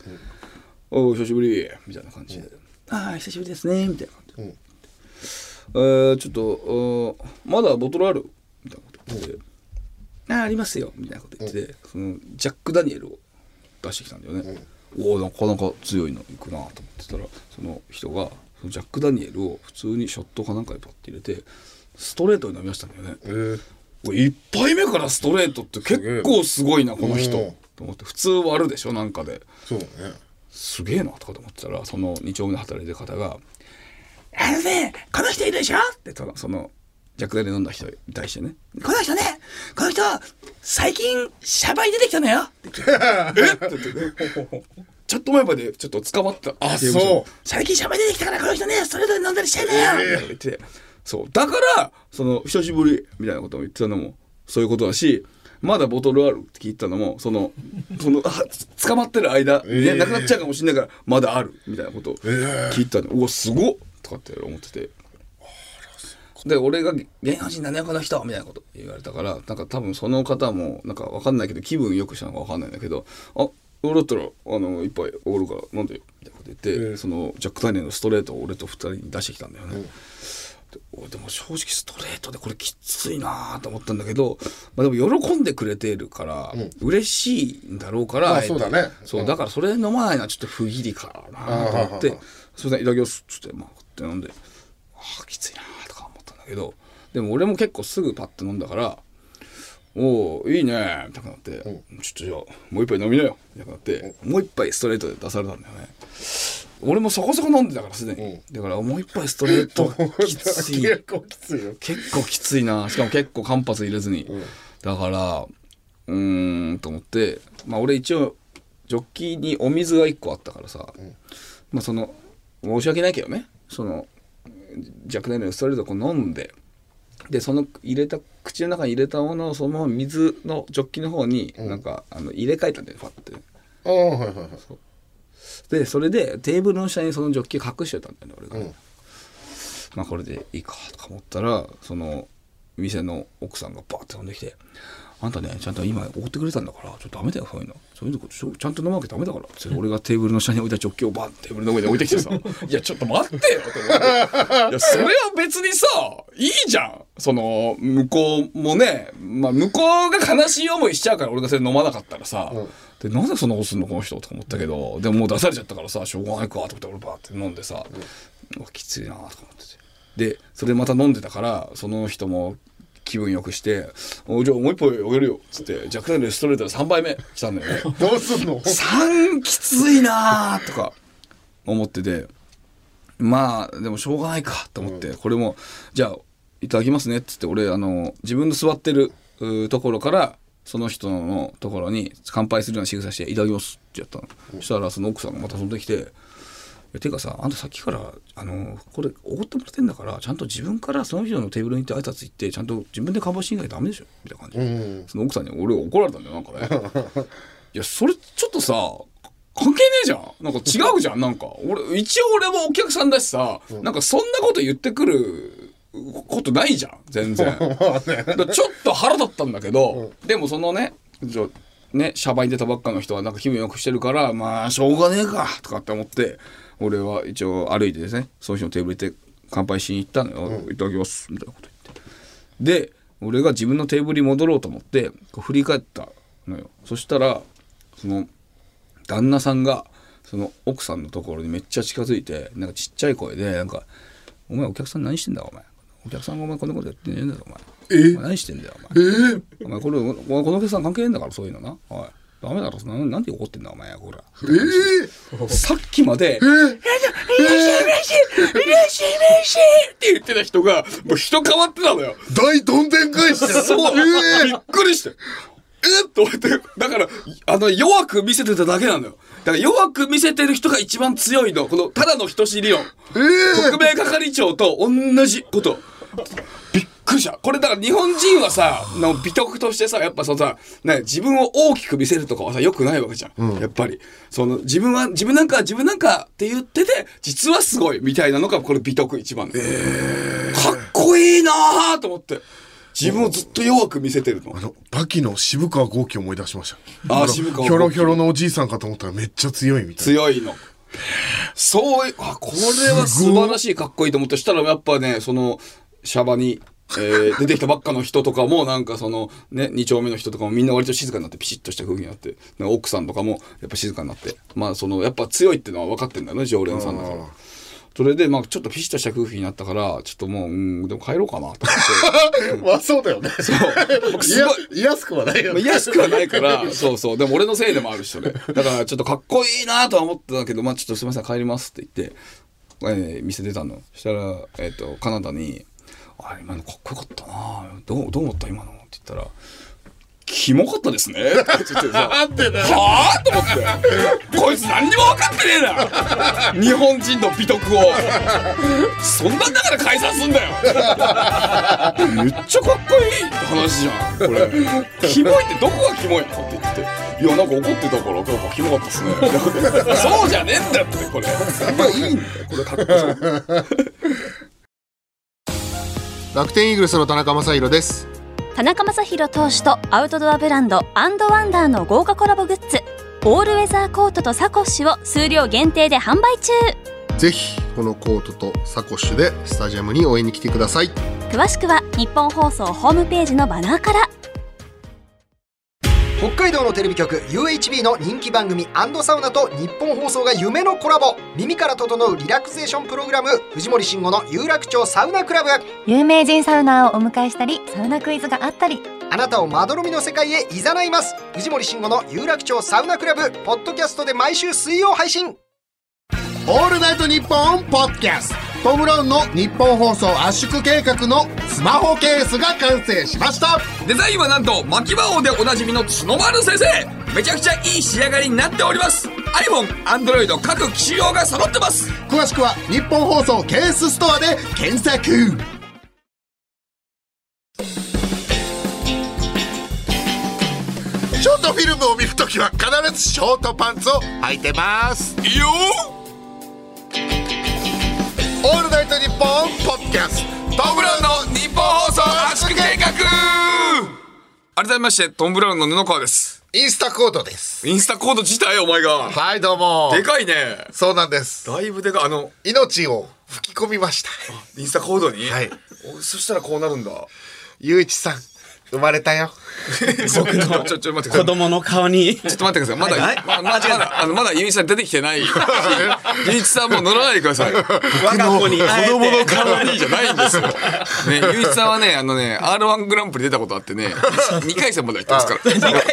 「おお久しぶり」みたいな感じで「ああ久しぶりですね」みたいな感じで。えー、ちょっとまだボトルあるみたいなこと言ってて、うん、あ, ありますよみたいなこと言ってて、うん、そのジャック・ダニエルを出してきたんだよね、うん、おおなかなか強いのいくなと思ってたらその人がそのジャック・ダニエルを普通にショットかなんかでパッて入れてストレートに飲みましたんだよね、えー、いっぱいめからストレートって結構すごいなこの人、うん、と思って普通割るでしょなんかでそうねすげえなとかと思ってたらそのに丁目で働いてる方があのね、この人いるでしょってそのジャックダニエル飲んだ人に対してねこの人ねこの人最近シャバに出てきたのよって言ってえって言ってねちょっと前までちょっと捕まったあそう最近シャバに出てきたからこの人ねストレートで飲んだりしてんだよ、えー、って言ってそうだからその久しぶりみたいなことを言ってたのもそういうことだしまだボトルあるって聞いたのもそのその捕まってる間、ねえー、なくなっちゃうかもしれないからまだあるみたいなことを聞いたの、えー、うわすごっとかって思っててで俺が芸能人だねこの人みたいなこと言われたからなんか多分その方もなんか分かんないけど気分よくしたのか分かんないんだけどあ俺だったらあの一杯おごるから飲んでよみたいなこと言って、えー、そのジャック・ダニエルのストレートを俺とふたりに出してきたんだよね、うんで, でも正直ストレートでこれきついなと思ったんだけど、まあ、でも喜んでくれているから、うん、嬉しいんだろうから、 まあ、そうだねそうだからそれ飲まないのはちょっと不義理かなと思ってそれでいただきますっつってまあって飲んであきついなとか思ったんだけどでも俺も結構すぐパッて飲んだからおーいいねみたいになって、うん、ちょっとじゃあもう一杯飲みなよみたいになって、うん、もう一杯ストレートで出されたんだよね俺もそこそこ飲んでたからすでに、うん、だからもう一杯ストレートきつい結構きついよ結構きついなしかも結構間髪入れずに、うん、だからうーんと思ってまあ俺一応ジョッキにお水がいっこあったからさ、うん、まあその申し訳ないけどねそのジャックダニエルのストレートをこう飲んででその入れた口の中に入れたものをそのまま水のジョッキの方になんか、うん、あの入れ替えたんだよファッてああはいはいはいそうでそれでテーブルの下にそのジョッキ隠してたんだよね俺が、うん、まあこれでいいかとか思ったらその店の奥さんがバーって飛んできてあんたねちゃんと今おごってくれたんだからちょっとダメだよそういうのそういうのちゃんと飲まなきゃダメだからって俺がテーブルの下に置いたジョッキをバーってテーブルの上に置いてきてさいやちょっと待ってよと思っていやそれは別にさいいじゃんその向こうもね、まあ、向こうが悲しい思いしちゃうから俺がそれ飲まなかったらさ、うんでなぜそんなことすんのこの人とか思ったけどでももう出されちゃったからさしょうがないかと思って俺バーって飲んでさ、うん、きついなとか思っててでそれまた飲んでたからその人も気分よくしておじゃあもう一杯あげるよっつってジャックダニエルストレートでさんばいめ来たんだよねどうすんのさんきついなとか思っててまあでもしょうがないかと思って、うん、これもじゃあいただきますねっつって俺あの自分の座ってるところからその人のところに乾杯するような仕草していただきますってやったの、うん、そしたらその奥さんがまた飛んできていやてかさあんたさっきからあのこれおごってもらってんだからちゃんと自分からその人のテーブルに行って挨拶行ってちゃんと自分で乾杯しなきゃダメでしょみたいな感じで、うん、その奥さんに俺怒られたんだよなんかねいやそれちょっとさ関係ねえじゃんなんか違うじゃんなんか俺一応俺もお客さんだしさ、うん、なんかそんなこと言ってくることないじゃん全然だちょっと腹立ったんだけど、うん、でもそのねじゃねシャバに出たばっかの人はなんか気分よくしてるからまあしょうがねえかとかって思って俺は一応歩いてですねその人のテーブル行って乾杯しに行ったのよ、うん、いただきますみたいなこと言ってで俺が自分のテーブルに戻ろうと思ってこう振り返ったのよ。そしたらその旦那さんがその奥さんのところにめっちゃ近づいてなんかちっちゃい声でなんかお前お客さん何してんだお前お客さんがお前こんなことやってんじゃねえんだぞお前えお前何してんだよお前、えー、お前これお前このお客さん関係ねえんだからそういうのなおいダメだろな、なんで怒ってんだお前ほら、えー、さっきまで「えー、うれしい嬉しい嬉しい嬉しい」って言ってた人がもう人変わってたのよ。 大どんでん返しちゃうそう、えー、びっくりしてえっと思ってだからあの弱く見せてただけなのよ。だから弱く見せてる人が一番強いのこのただの人知理論、えー、特命係長と同じことびっくりした。これだから日本人はさの美徳としてさやっぱそのさ、ね、自分を大きく見せるとかはさよくないわけじゃん、うん、やっぱりその自分は自分なんか自分なんかって言ってて実はすごいみたいなのがこれ美徳一番で、えー、かっこいいなーと思って自分をずっと弱く見せてるの。 あのバキの渋川豪樹を思い出しました。 ああ渋川ひょろひょろのおじいさんかと思ったらめっちゃ強いみたいな。 強いのそういうあこれは素晴らしいかっこいいと思ってしたらやっぱねそのシャバにえー、出てきたばっかの人とかもなんかそのねに丁目の人とかもみんな割と静かになってピシッとした空気になって奥さんとかもやっぱ静かになってまあそのやっぱ強いっていうのは分かってるんだよね常連さんだから。それでまあちょっとピシッとした空気になったからちょっともううんでも帰ろうかなと思ってまあそうだよね。そう僕すごい言いやすくはないよね。言いやすくはないからそうそうでも俺のせいでもあるしそれだからちょっとかっこいいなとは思ってたけどまあちょっとすいません帰りますって言って、えー、店出たの。そしたらえっとカナダにあ今のかっこよかったなどう、どう思った今のって言ったらキモかったですねって言ってさはぁと思ってこいつ何にも分かってねえな日本人の美徳をそんなんだから解散すんだよめっちゃかっこいいって話じゃんこれキモいってどこがキモいのって言っていやなんか怒ってたからなんかキモかったっすねそうじゃねえんだってこれいいんだよこれかっこよ楽天イーグルスの田中将大です。 田中将大投手とアウトドアブランドアンドワンダーの豪華コラボグッズオールウェザーコートとサコッシュを数量限定で販売中。 ぜひこのコートとサコッシュでスタジアムに応援に来てください。 詳しくは日本放送ホームページのバナーから。 北海道のテレビ局 ユーエイチビー の人気番組&サウナと日本放送が夢のコラボ。耳から整うリラクゼーションプログラム藤森慎吾の有楽町サウナクラブ。 有名人サウナーをお迎えしたりサウナクイズがあったりあなたをまどろみの世界へ誘います。藤森慎吾の有楽町サウナクラブポッドキャストで毎週水曜配信。 オールナイトニッポンポッドキャストトム・ブラウンの日本放送圧縮計画のスマホケースが完成しました。 デザインはなんと牧場王でおなじみの角丸先生。めちゃくちゃいい仕上がりになっております。 iPhone、Android 各機種用が揃ってます。 詳しくは日本放送ケースストアで検索。ショートフィルムを見るときは必ずショートパンツを履いてます。 いいよオールナイトニッポンポッドキャストトム・ブラウンの日本放送圧縮計画。改めましてトム・ブラウンの布川です。 インスタコードです。 インスタコード自体お前がはいどうもでかいね。 そうなんです。 だいぶでかい。あの命を吹き込みました。 インスタコードに。 はいそしたらこうなるんだ。 ゆういちさん生まれたよ。 僕のちょちょ待ってください。 子供の顔にちょっと待ってください。まだままだあのまだゆういちさん出てきてない。ゆういちさんもう乗らないでください。 我が子に子供の顔にじゃないんですよ。ねゆういちさんはねあのね アールワン グランプリ出たことあってねにかい戦までやってますから。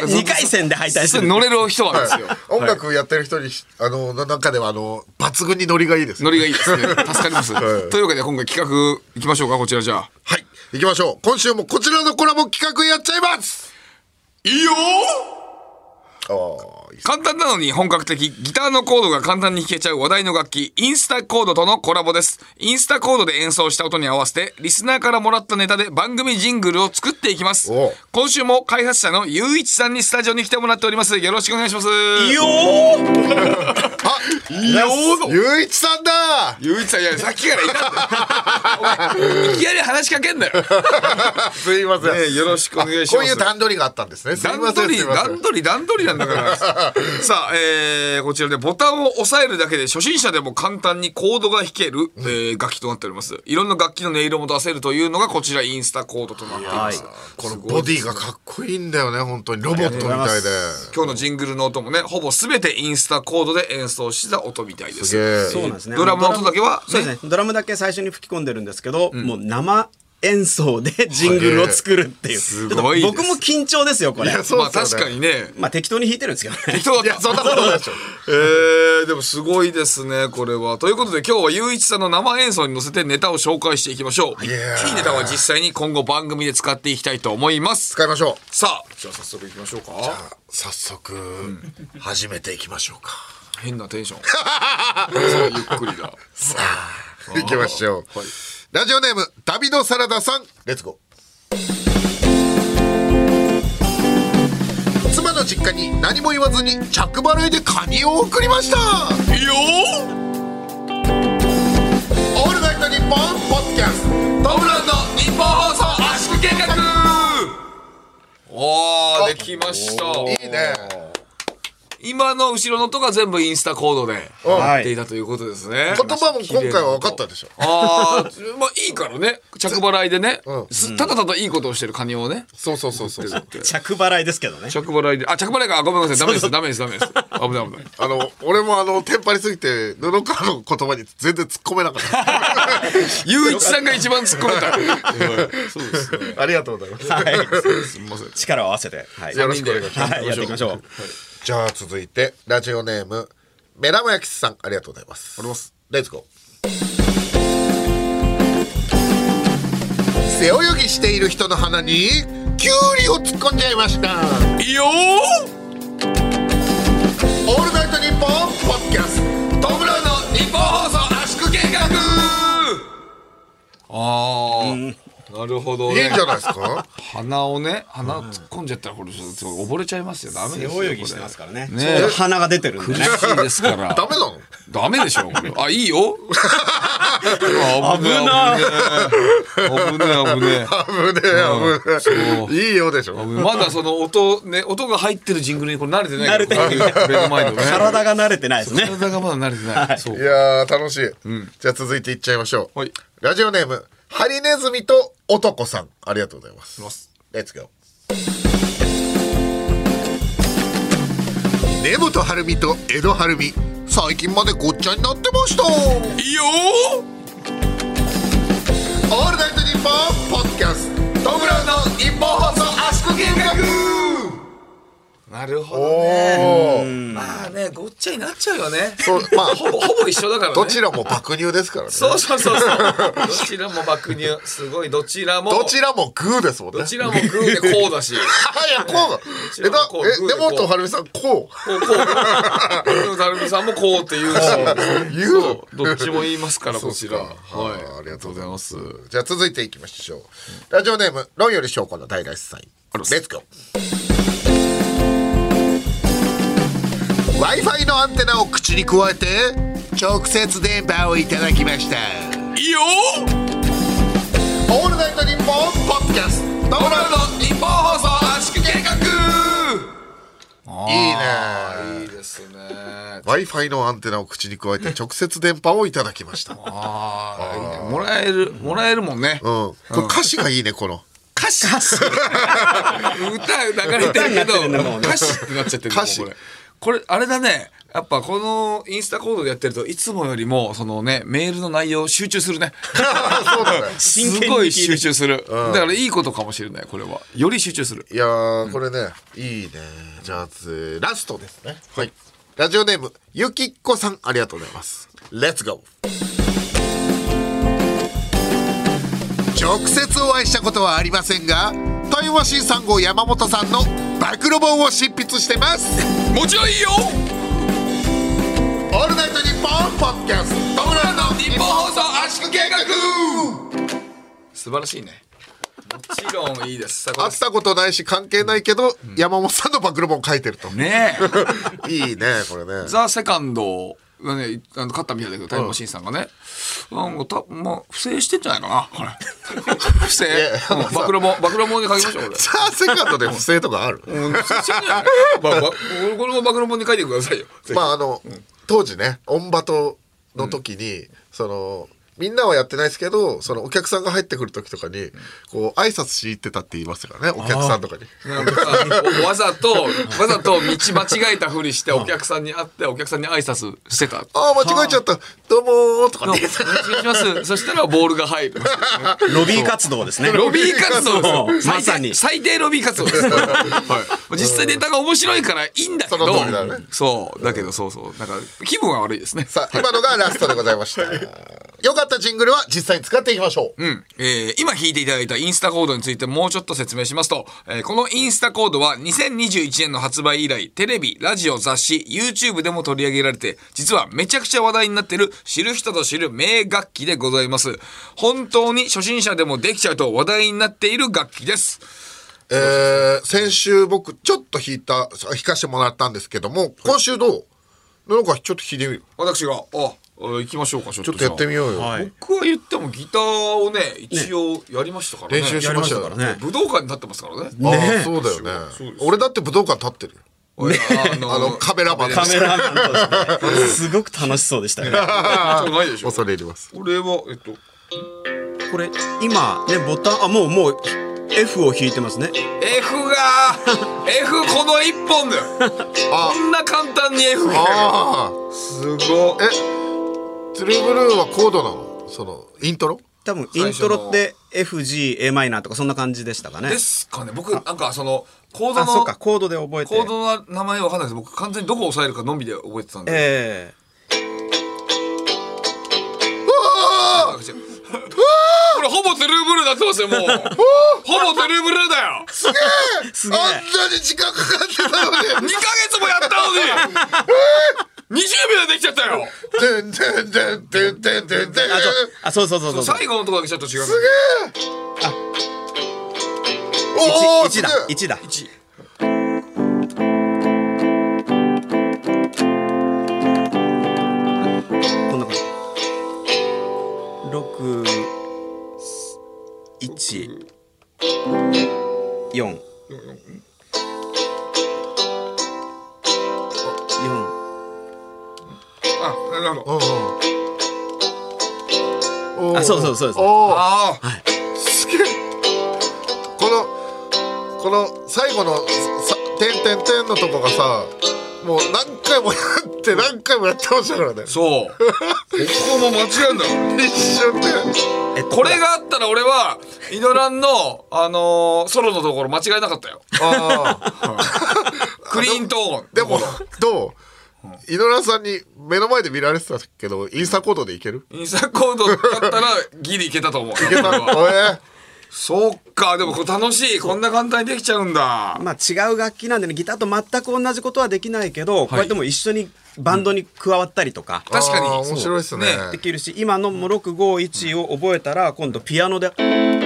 にかい戦で敗退する乗れる人なんですよ。 音楽やってる人にあの中ではあの抜群にノリがいいです。 ノリがいいですね。助かります。というわけで今回企画いきましょうか。こちらじゃあ。 はい行きましょう。今週もこちらのコラボ企画やっちゃいます。 いいよー。あー簡単なのに本格的、ギターのコードが簡単に弾けちゃう話題の楽器インスタコードとのコラボです。インスタコードで演奏した音に合わせてリスナーからもらったネタで番組ジングルを作っていきます。今週も開発者のゆういちさんにスタジオに来てもらっております。よろしくお願いします。 いいよーあいよーのゆういちさんだ。 ゆういちさん、いやさっきからいたんだよお前いきなり話しかけんなよすいません、 ね、よろしくお願いします。 こういう段取りがあったんですね。すいません、 段取りすいません。 段取り段取りなんだからさあ、えー、こちらでボタンを押さえるだけで初心者でも簡単にコードが弾ける、うん、えー、楽器となっております。いろんな楽器の音色も出せるというのがこちらインスタコードとなっています。 このボディがかっこいいんだよね、本当にロボットみたいで。 今日のジングルの音もね、ほぼ全てインスタコードで演奏した音みたいです。 すげえ。 そうなんですね。 ドラムの音だけは、ね、 そうですね。ドラムだけ最初に吹き込んでるんですけど、うん、もう生演奏でジングルを作るっていう。 すごいです。 僕も緊張ですよこれ。 いやそうですよね。まあ確かにね。 まあ適当に弾いてるんですけどね。 適当だった。いやそんなことないでしょ。えー、でもすごいですねこれは。ということで今日はゆういちさんの生演奏に乗せてネタを紹介していきましょう。いいネタは実際に今後番組で使っていきたいと思います。 使いましょう。 さあじゃあ早速いきましょうか。 じゃあ早速、うん、始めていきましょうか。 変なテンション。そうゆっくりだ。 さあ行きましょう。はい、ラジオネームダビドサラダさん、レッツゴー。妻の実家に何も言わずに着払いでカニを送りました。 いいよー。 オールナイトニッポンポッドキャストトムランの日本放送圧縮計画。おーできました。 いいね。 今の後ろの音が全部インスタコードでやっていたということですね。 言葉も今回は分かったでしょ。 ああ、まあいいからね。着払いでね、うん、ただただいいことをしてるカニをね。 そうそうそうそう。 着払いですけどね。 着払いで、あ着払いか、ごめんなさい、ダメですダメですダメです。危ない危ない。 あの俺もあのテンパりすぎて布川の言葉に全然突っ込めなかった。 ゆういちさんが一番突っ込めた。 そうですね。ありがとうございます。 はい、すみません。力を合わせて、はい、 よろしくお願いします。 はい、やっていきましょう。はい、 じゃあ続いてラジオネームメラモヤキスさん、ありがとうございます。レッツゴー。背泳ぎしている人の鼻にキュウリを突っ込んじゃいました。 いいよー。 オールナイトニッポンポッドキャストトムラウの日本放送圧縮計画。 あー、うんなるほどね。 いいんじゃないですか。 鼻をね、鼻突っ込んじゃったらこれちょっと溺れちゃいますよ。ダメですよ。 背泳ぎしてますからね。ね、鼻が出てるんでね。 苦しいですから。 ダメなの？ ダメでしょこれ。あ、いいよ。 危ない。危ない危ない危ない危ない。いいよでしょ。 まだその音ね、音が入ってるジングルにこれ慣れてない。慣れてない。目の前のね。 体が慣れてないですね。 体がまだ慣れてない。 そう。いやー楽しい。じゃあ続いていっちゃいましょう。ラジオネームハリネズミと男さん、ありがとうございます。レッツゴー。根本晴美と江戸晴美、最近までごっちゃになってました。 いいよー。 オールナイトニッポンポッドキャストトムラウの日本放送圧縮計画。 なるほどね。まあね、ごっちゃになっちゃうよね。そう、まあほぼほぼ一緒だからね。 どちらも爆乳ですからね。 そうそうそうそう。どちらも爆乳、すごいどちらも。 どちらもグーですもんね。 どちらもグーでこうだし。いやこうだ。えだえ根本晴美さんこう。こうこう。 根本晴美さんもこうって言うし。言う。どっちも言いますからこちら。はい。 ありがとうございます。じゃあ続いていきましょう。ラジオネーム論より証拠の大来さん。レッツゴー。Wi-Fi のアンテナを口に加えて直接電波をいただきました。 いいよー。オールナイトニッポンポッドキャストトムラウの日本放送圧縮計画。いいね。 いいですね。 Wi-Fi のアンテナを口に加えて直接電波をいただきました。 ああ、もらえるもらえるもんね。 うん。これ歌詞がいいねこの。 歌詞。歌流れてるけど歌詞ってなっちゃってる。歌詞。これあれだね、やっぱこのインスタコードでやってるといつもよりもそのねメールの内容集中するね。 そうだね。 すごい集中する、うん、だからいいことかもしれない。これはより集中する。 いやーこれね、うん、いいね。じゃあラストですね。はい。ラジオネームゆきっこさん、ありがとうございます。レッツゴー。直接お会いしたことはありませんがタイムマシーンさん号山本さんの暴露本を執筆してます。 もちろんいいよ。 オールナイトニッポンポッドキャストトムラウの日本放送圧縮計画。 素晴らしいね。もちろんいいです。 会ったことないし関係ないけど、うん、山本さんの暴露本書いてるとね。 いいねこれね。 ザ・セカンドがね、あの勝ったみたいだけどタイムマシーンさんがね、なんかたまあ不正してんじゃないかなこれ不正、うん、暴露も暴露もに書きましょうこれ。 さあセカンドで不正とかある？ うん、不正してんじゃないまあ、まあ、これも暴露もに書いてくださいよ。 まああの、うん、当時ねオンバトの時に、うん、そのみんなはやってないですけど、そのお客さんが入ってくる時とかにこう挨拶しに行ってたって言いますからね、お客さんとかに。 なんかわざとわざと道間違えたふりしてお客さんに会ってお客さんに挨拶してた。 ああ間違えちゃった。どうもーとかって。 お願いします。そしたらボールが入る。 ロビー活動ですね。 ロビー活動です。 まさに最低ロビー活動です。はい。実際ネタが面白いからいいんだけど。 その通りだね。 そうだけどそうそうなんか気分が悪いですね。 さあ今のがラストでございました。よかったジングルは実際に使っていきましょう。 うん、えー、今弾いていただいたインスタコードについてもうちょっと説明しますと、えー、このインスタコードはにせんにじゅういちねんの発売以来テレビ、ラジオ、雑誌、YouTube でも取り上げられて実はめちゃくちゃ話題になっている知る人ぞ知る名楽器でございます。本当に初心者でもできちゃうと話題になっている楽器です。 えー、先週僕ちょっと弾いた弾かしてもらったんですけども、今週どうなんかちょっと弾いてみる。 私があ行きましょうか。ちょっとちょっとやってみようよ、 はい、僕は言ってもギターをね一応やりましたからね。 練習しましたからね。武道館に立ってますからね。 ねああそうだよね。俺だって武道館立ってるよ、ね、あのあのカメラマンカメラマンとしてすごく楽しそうでしたね。 そうないでしょ。 恐れ入ります。 これはえっとこれ今ねボタンあもうもうF を弾いてますね。 F がF この一本でこんな簡単に F がすごい。 えトゥルーブルーはコードなの？そのイントロ？ 多分イントロって エフジーエー マイナーとかそんな感じでしたかね。 ですかね。僕なんかそのコードのあそうかコードで覚えてコードの名前わかんないです。僕完全にどこを押さえるかのみで覚えてたんで。 ええこれほぼトゥルーブルーになってますよもう。ほぼトゥルーブルーだよ。 すげえ。すげえ。あんなに時間かかってたのに。 にかげつもやったのに。にじゅうびょうでできちゃったよ。 てんてんてんてんてんてんてん。 あそうそうそうそう。 最後のところだけちょっと違う。 すげえ。あ。おおいちだいちだ。いち。こんな感じ。六一四。 あ、なるほど。あ、そうそうそうです。 ああ、 はい。すげえ。このこの最後のさ点点点のとこがさ、もう何回もやって何回もやってましたからね。 そう。ここも間違うんだよ。 一瞬で。 これがあったら俺はイノランのあのー、ソロのところ間違えなかったよ。あクリーントーン。 でもどう？イノランさんに目の前で見られてたけどインスタコードでいける？ インスタコードだったらギリいけたと思う。いけた。えそっか。でもこれ楽しい。こんな簡単にできちゃうんだ。 まあ違う楽器なんでね、ギターと全く同じことはできないけど、はい、こうやっても一緒にバンドに加わったりとか、 うん、確かに面白いですね。 できるし、今のろくごいちを覚えたら今度ピアノで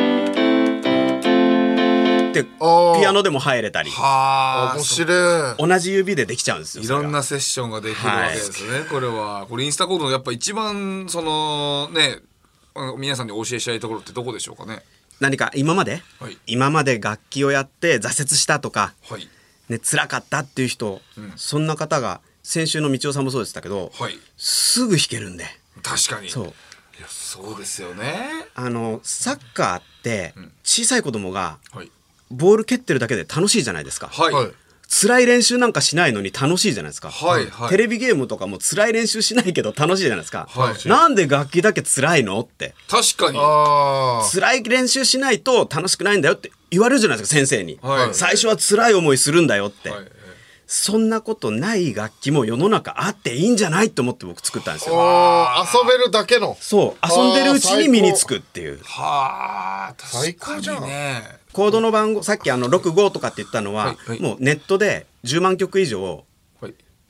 でピアノでも入れたり。 はあ、 面白い。 同じ指でできちゃうんですよ。 いろんなセッションができるわけですね、はい、これは。これインスタコードのやっぱ一番そのね皆さんにお教えしたいところってどこでしょうかね。 何か今まで、はい、今まで楽器をやって挫折したとか、 はい、 ね、辛かったっていう人、うん、そんな方が先週の道夫さんもそうでしたけど、 はい、 すぐ弾けるんで。 確かに。 そう。 いやそうですよね。 あのサッカーって小さい子供がはいボール蹴ってるだけで楽しいじゃないですか。 はい、 辛い練習なんかしないのに楽しいじゃないですか。 はいはい、 テレビゲームとかも辛い練習しないけど楽しいじゃないですか。 はい、 なんで楽器だけ辛いのって。 確かに。 あ辛い練習しないと楽しくないんだよって言われるじゃないですか先生に。はい、最初は辛い思いするんだよって。はい、そんなことない楽器も世の中あっていいんじゃないと思って僕作ったんですよ。 あ遊べるだけの。 そう遊んでるうちに身につくっていう。 はあ確かにね。 コードの番号さっきあのろくごとかって言ったのは、はいはい、もうネットでじゅうまんきょく以上、はい、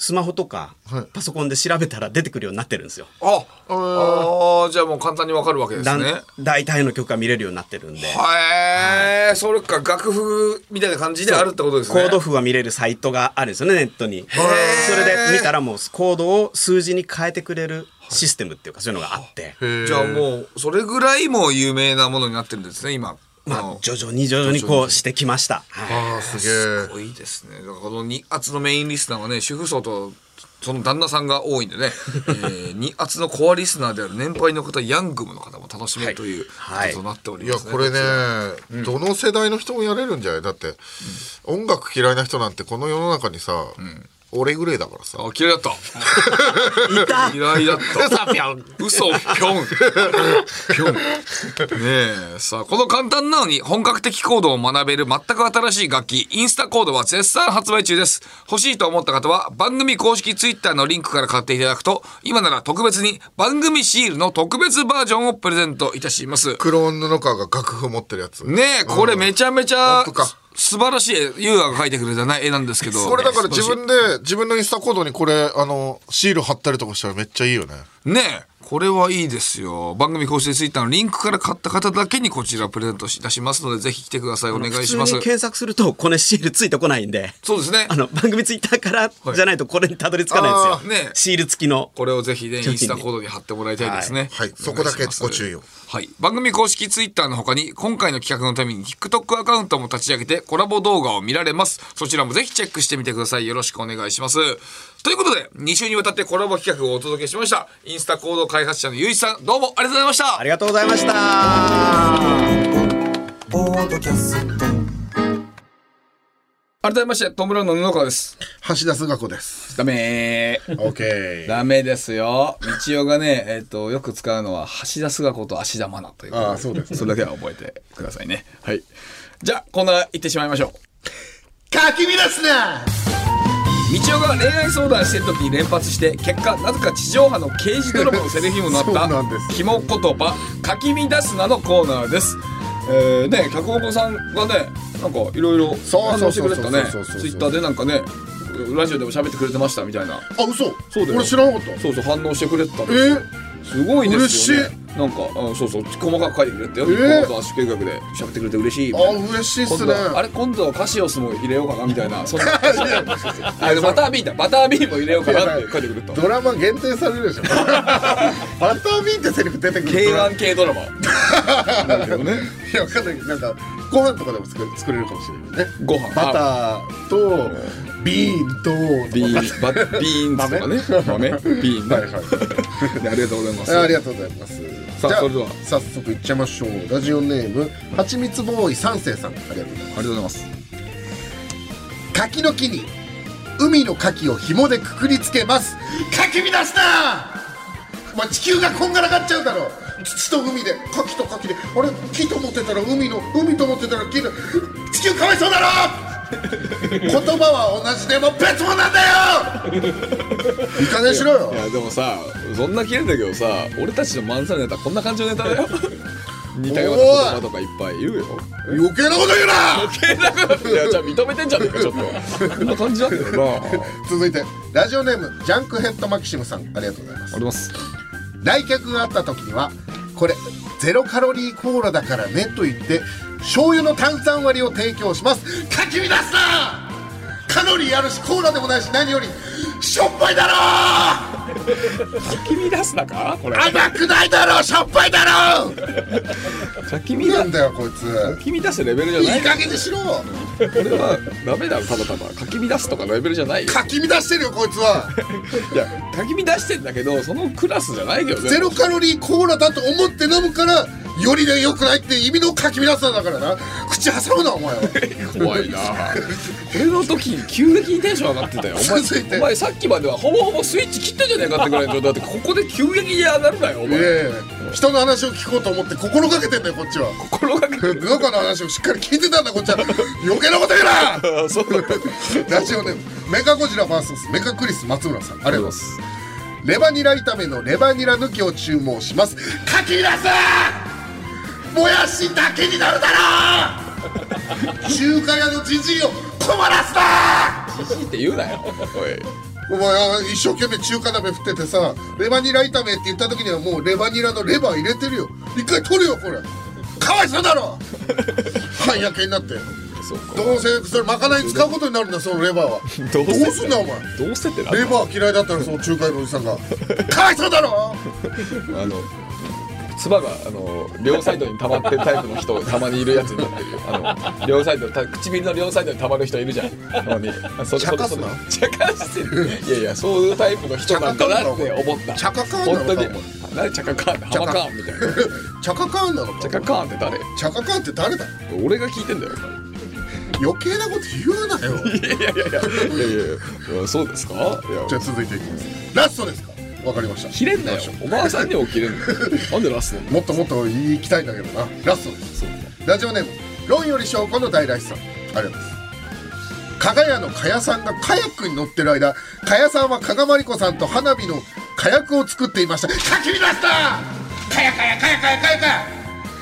スマホとかパソコンで調べたら出てくるようになってるんですよ。 ああじゃあもう簡単にわかるわけですね。 大体の曲が見れるようになってるんで。 へえ、それか楽譜みたいな感じであるってことですね。 コード譜が見れるサイトがあるんですよね、ネットに。それで見たらもうコードを数字に変えてくれるシステムっていうかそういうのがあって。 じゃあもうそれぐらいもう有名なものになってるんですね今。 まあ、徐々に徐々にこうしてきました。 ああすげえ。 すごいですね。だからこのに圧のメインリスナーはね主婦層とその旦那さんが多いんでね、えー、に圧のコアリスナーである年配の方ヤングムの方も楽しめるということとなっておりますね。 いやこれね、うん、どの世代の人もやれるんじゃないだって、うん、音楽嫌いな人なんてこの世の中にさ、うん俺ぐらいだからさ。 あ、嫌いだった。 いた嫌いだった。 嘘ぴょん。 嘘ぴょん。ぴょん。ねえ。さあ、この簡単なのに本格的コードを学べる全く新しい楽器、インスタコードは絶賛発売中です。欲しいと思った方は番組公式ツイッターのリンクから買っていただくと、今なら特別に番組シールの特別バージョンをプレゼントいたします。 クローン布川が楽譜持ってるやつ。 ねえ、これめちゃめちゃ、素晴らしいユーアが描いてくれた絵なんですけど、 これだから自分で自分のインスタコードにこれあのシール貼ったりとかしたらめっちゃいいよね。 ねえこれはいいですよ。番組公式ツイッターのリンクから買った方だけにこちらプレゼントいたしますのでぜひ来てください。お願いします。 普通に検索するとこれシールついてこないんで。 そうですね。 あの番組ツイッターからじゃないとこれにたどり着かないんですよ、 ね、 シール付きのこれをぜひねインスタコードに貼ってもらいたいですね。 はい、はい、そこだけご注意を。 はい、番組公式ツイッターの他に今回の企画のために TikTok アカウントも立ち上げてコラボ動画を見られます。そちらもぜひチェックしてみてください。よろしくお願いします。ということでに週にわたってコラボ企画をお届けしました。インスタコード開発者のゆういちさんどうもありがとうございました。 ありがとうございました。 ポッドキャスト改めましてトム・ブラウンの布川です。 橋田壽賀子です。 ダメー。 オッケー。 ダメですよ。道夫がね、えっとよく使うのは橋田壽賀子と芦田愛菜ということで、 ああそうです、ね。 それだけは覚えてくださいね。はい。じゃあコーナー行ってしまいましょう。 かき乱すな。 道夫が恋愛相談してる時に連発して結果なぜか地上波の刑事ドラマのセリフにもなった肝言葉かき乱すなのコーナーです。えー、ね脚本さんがねなんかいろいろ反応してくれたね。ツイッターでなんかねラジオでも喋ってくれてましたみたいな。 あ嘘。 そうだよ。 俺知らなかった。 そうそう反応してくれてたんですよ。 えー、すごいですよね。なんかあそうそう細かく書いてくれてよ。えー、今度は主計画で喋ってくれて嬉しい。 あ嬉しいっすね。 あれ今度はカシオスも入れようかなみたいな。そんなあバタービーンだバタービーンも入れようかなって書いてくれた。 ドラマ限定されるでしょ。バタービーンってセリフ出てくる。 ケーワン 系ドラマ。なんだけどね。 いやわかんないなんかご飯とかでも作れ作れるかもしれないね。 ご飯バターとビーンとビーンバビーンとかね豆ビーンね。はいはい。ありがとうございます。 ありがとうございます。 さあそれでは早速いっちゃいましょう。ラジオネームはちみつボーイ三世さんありがとうございます。 ありがとうございます。 柿の木に海の牡蠣を紐でくくりつけます。かき乱すな。まあ、地球がこんがらがっちゃうだろう。土と海で牡蠣と牡蠣であれ木と思ってたら海の海と思ってたら木の地球かわいそうだろ。言葉は同じでも別物なんだよ。いい加減しろよ。 いやでもさそんな切れたけどさ俺たちの漫才のネタこんな感じのネタだよ。似たような言葉とかいっぱい言うよ。 余計なこと言うな。 余計なこといやじゃあ認めてんじゃねえかちょっとこんな感じなんだよな。 続いてラジオネームジャンクヘッドマキシムさんありがとうございます。 あります。 来客があった時にはこれゼロカロリーコーラだからねと言って醤油の炭酸割りを提供します。かき乱すな。カロリーあるしコーラでもないし何よりしょっぱいだろ。 かき乱すなかこれ甘くないだろしょっぱいだろ。 かき乱なんだよこいつ。 かき乱すレベルじゃない。 いい加減にしろ。これはダメだろただただかき乱すとかのレベルじゃないよ。 かき乱してるよこいつは。 いやかき乱してんだけどそのクラスじゃないけどね。ゼロカロリーコーラだと思って飲むからよりで良くないって意味のかき乱すんだからな。口挟むなお前は。 怖いな。これの時に急激にテンション上がってたよ。お前, お前さっきまではほぼほぼスイッチ切ったじゃねえかってぐらいの。だってここで急激に上がるなよお前。 えー、人の話を聞こうと思って心がけてんだよこっちは。 心がけてどこの話をしっかり聞いてたんだこっちは。余計なこと言うな。 そうだラジオネームメカゴジラ ブイエス メカクリス松村さんありがとうございます。レバニラ炒めのレバニラ抜きを注文します。かき乱す。もやしだけになるだろ。中華屋のジジイを困らすな。 ジジイって言うなよ。おいお前一生懸命中華鍋振っててさ、レバニラ炒めって言った時にはもうレバニラのレバー入れてるよ。一回取るよこれ。かわいそうだろ半焼けになって。どうせそれまかないに使うことになるんだそのレバーは。どうすんだお前。 どうせってなレバー嫌いだったらその中華のおじさんがかわいそうだろあの唾があの両サイドに溜まってるタイプの人たまにいるやつになってるよ。あの両サイド唇の両サイドに溜まる人いるじゃん。たまに茶化すな。 茶化してる。いやいやそういうタイプの人なんだなって思った。 茶化かん本当に。何茶化かんってハマかんみたいな。 茶化かんなのか。 茶化かんって誰？ 茶化かんって誰だ。 俺が聞いてんだよ。 余計なこと言うなよ。 いやいやいやいやいやいやそうですか。 じゃあ続いていきます。ラストですか。わかりました。 切れんなよ。おばあさんにも切れんの。なんでラスト？ もっともっと言いきたいんだけどな。ラストです。ラジオネーム論より証拠の大来さん。ありがとうございます。加賀屋の加谷さんがカヤックに乗ってる間、加谷さんは加賀まりこさんと花火の火薬を作っていました。かき乱したカヤカヤカヤカヤカヤカヤ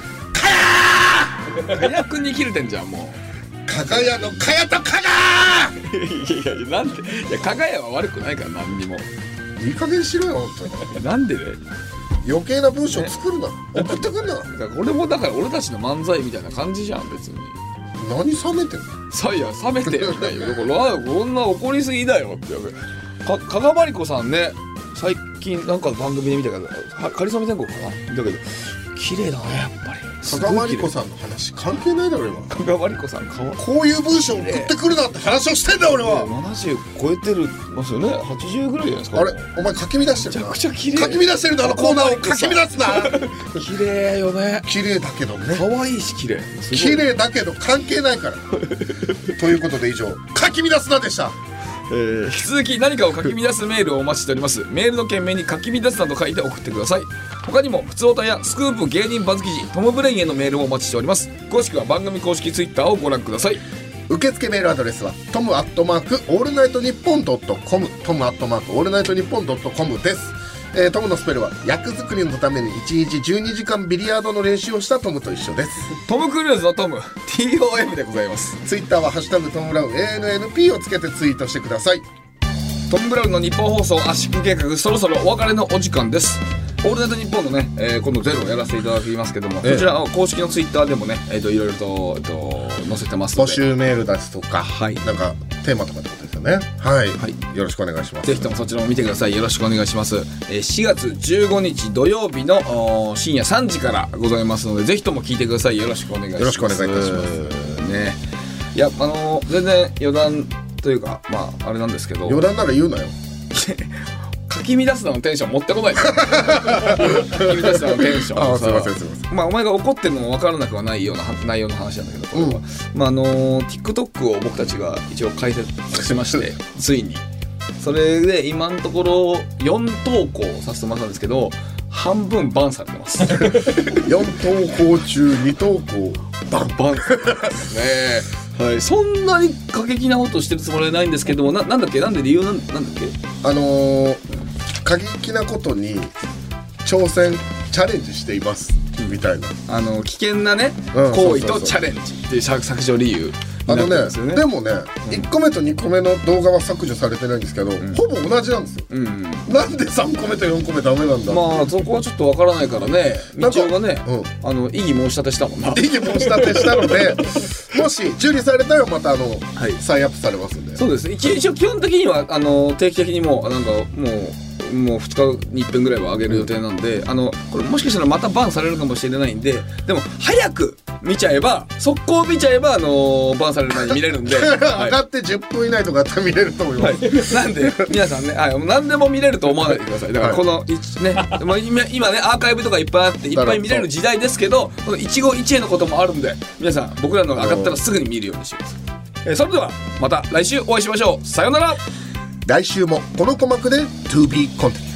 カヤー火薬に切れてんじゃんもう。 加賀屋の加谷と加賀いやいやなんでいや加賀屋は悪くないから何にも。 いい加減しろよ本当に。 なんでね余計な文章作るな、ね、送ってくんな。 俺もだから俺たちの漫才みたいな感じじゃん別に。 何冷めてんの。 さいや冷めてるみたいよ。だからこんな怒りすぎだよって。か加賀まりこさんね最近なんか番組で見たけどかりそめ天国かなだけど綺麗だねやっぱり。 加賀まりこさんの話関係ないだろ今。 加賀まりこさんかわこういう文章送ってくるなって話をしてんだ俺は。 ななじゅう超えてるますよね。はちじゅうぐらいじゃないですか。 あれお前かき乱してるな。 めちゃくちゃ綺麗。 かき乱してるんだあのコーナーをかき乱すな。 綺麗よね。 綺麗だけどね。 可愛いし綺麗。 綺麗だけど関係ないから。ということで以上かき乱すなでした。 えー、引き続き何かを書き乱すメールをお待ちしております。メールの件名に書き乱すなど書いて送ってください。他にもふつおたやスクープ芸人バズ記事トムブレインへのメールをお待ちしております。詳しくは番組公式ツイッターをご覧ください。 受付メールアドレスはトムアットマークオールナイトニッポンドットコムトムアットマークオールナイトニッポンドットコムです。えー、トムのスペルは役作りのためにいちにちじゅうにじかんビリヤードの練習をしたトムと一緒です。 トム・クルーズのトム ティーオーエム でございます。 ツイッターはハッシュタグトムブラウン エーエヌエヌピー をつけてツイートしてください。 トム・ブラウンの日本放送圧縮計画そろそろお別れのお時間です。オールナイトニッポンのね、えー、今度ゼロをやらせていただきますけども、ええ、こちら公式のツイッターでもね、えー、といろいろと、えー、と載せてますので募集メールですとか、 はい、 なんかテーマとかってことですよね。はい、はい、よろしくお願いします。 ぜひともそちらも見てください。よろしくお願いします。えー、しがつじゅうごにち土曜日の深夜さんじからございますのでぜひとも聞いてください。よろしくお願いします。 よろしくお願いいたしますね。いやあのー、全然余談というかまああれなんですけど余談なら言うなよ。 かき乱すなのテンション持ってこないでかき乱すなのテンション。 あすいませんすいません。 まあお前が怒ってるのも分からなくはないような内容の話なんだけどこれは、うん、まああのー、TikTok を僕たちが一応開設しましてついにそれで今のところよん投稿させてもらったんですけど半分バンされてますよん投稿中に投稿バンバンねえ、はい、そんなに過激なことしてるつもりはないんですけども な, なんだっけなんで理由なんなんだっけあのー、過激なことに挑戦チャレンジしていますみたいなあの危険なね、うん、行為とチャレンジっていう削除理由あの ね, ねでもね、うん、いっこめとにこめの動画は削除されてないんですけど、うん、ほぼ同じなんですよ、うん、なんでさんこめとよんこめダメなんだ。 まあそこはちょっとわからないからね道夫がね、うん、あの異議申し立てしたもんな異議申し立てしたのでもし受理されたらまたあの、はい、再アップされますんで。 そうです一応基本的にはあの定期的にもうなんかもうもうふつかにいっぺんぐらいは上げる予定なんで、うん、あのこれもしかしたらまたバンされるかもしれないんででも早く見ちゃえば速攻見ちゃえば、あのー、バンされる前に見れるんで上がってじゅっぷん以内とかだったら見れると思います、 はい、なんで皆さんね、はい、何でも見れると思わないでください。だからこの、はい、ね、もう今, 今ねアーカイブとかいっぱいあっていっぱい見れる時代ですけどこの一期一会のこともあるんで皆さん僕らのが上がったらすぐに見るようにしてください。えー、それではまた来週お会いしましょう。さようなら。 来週もこの鼓膜で To be continued。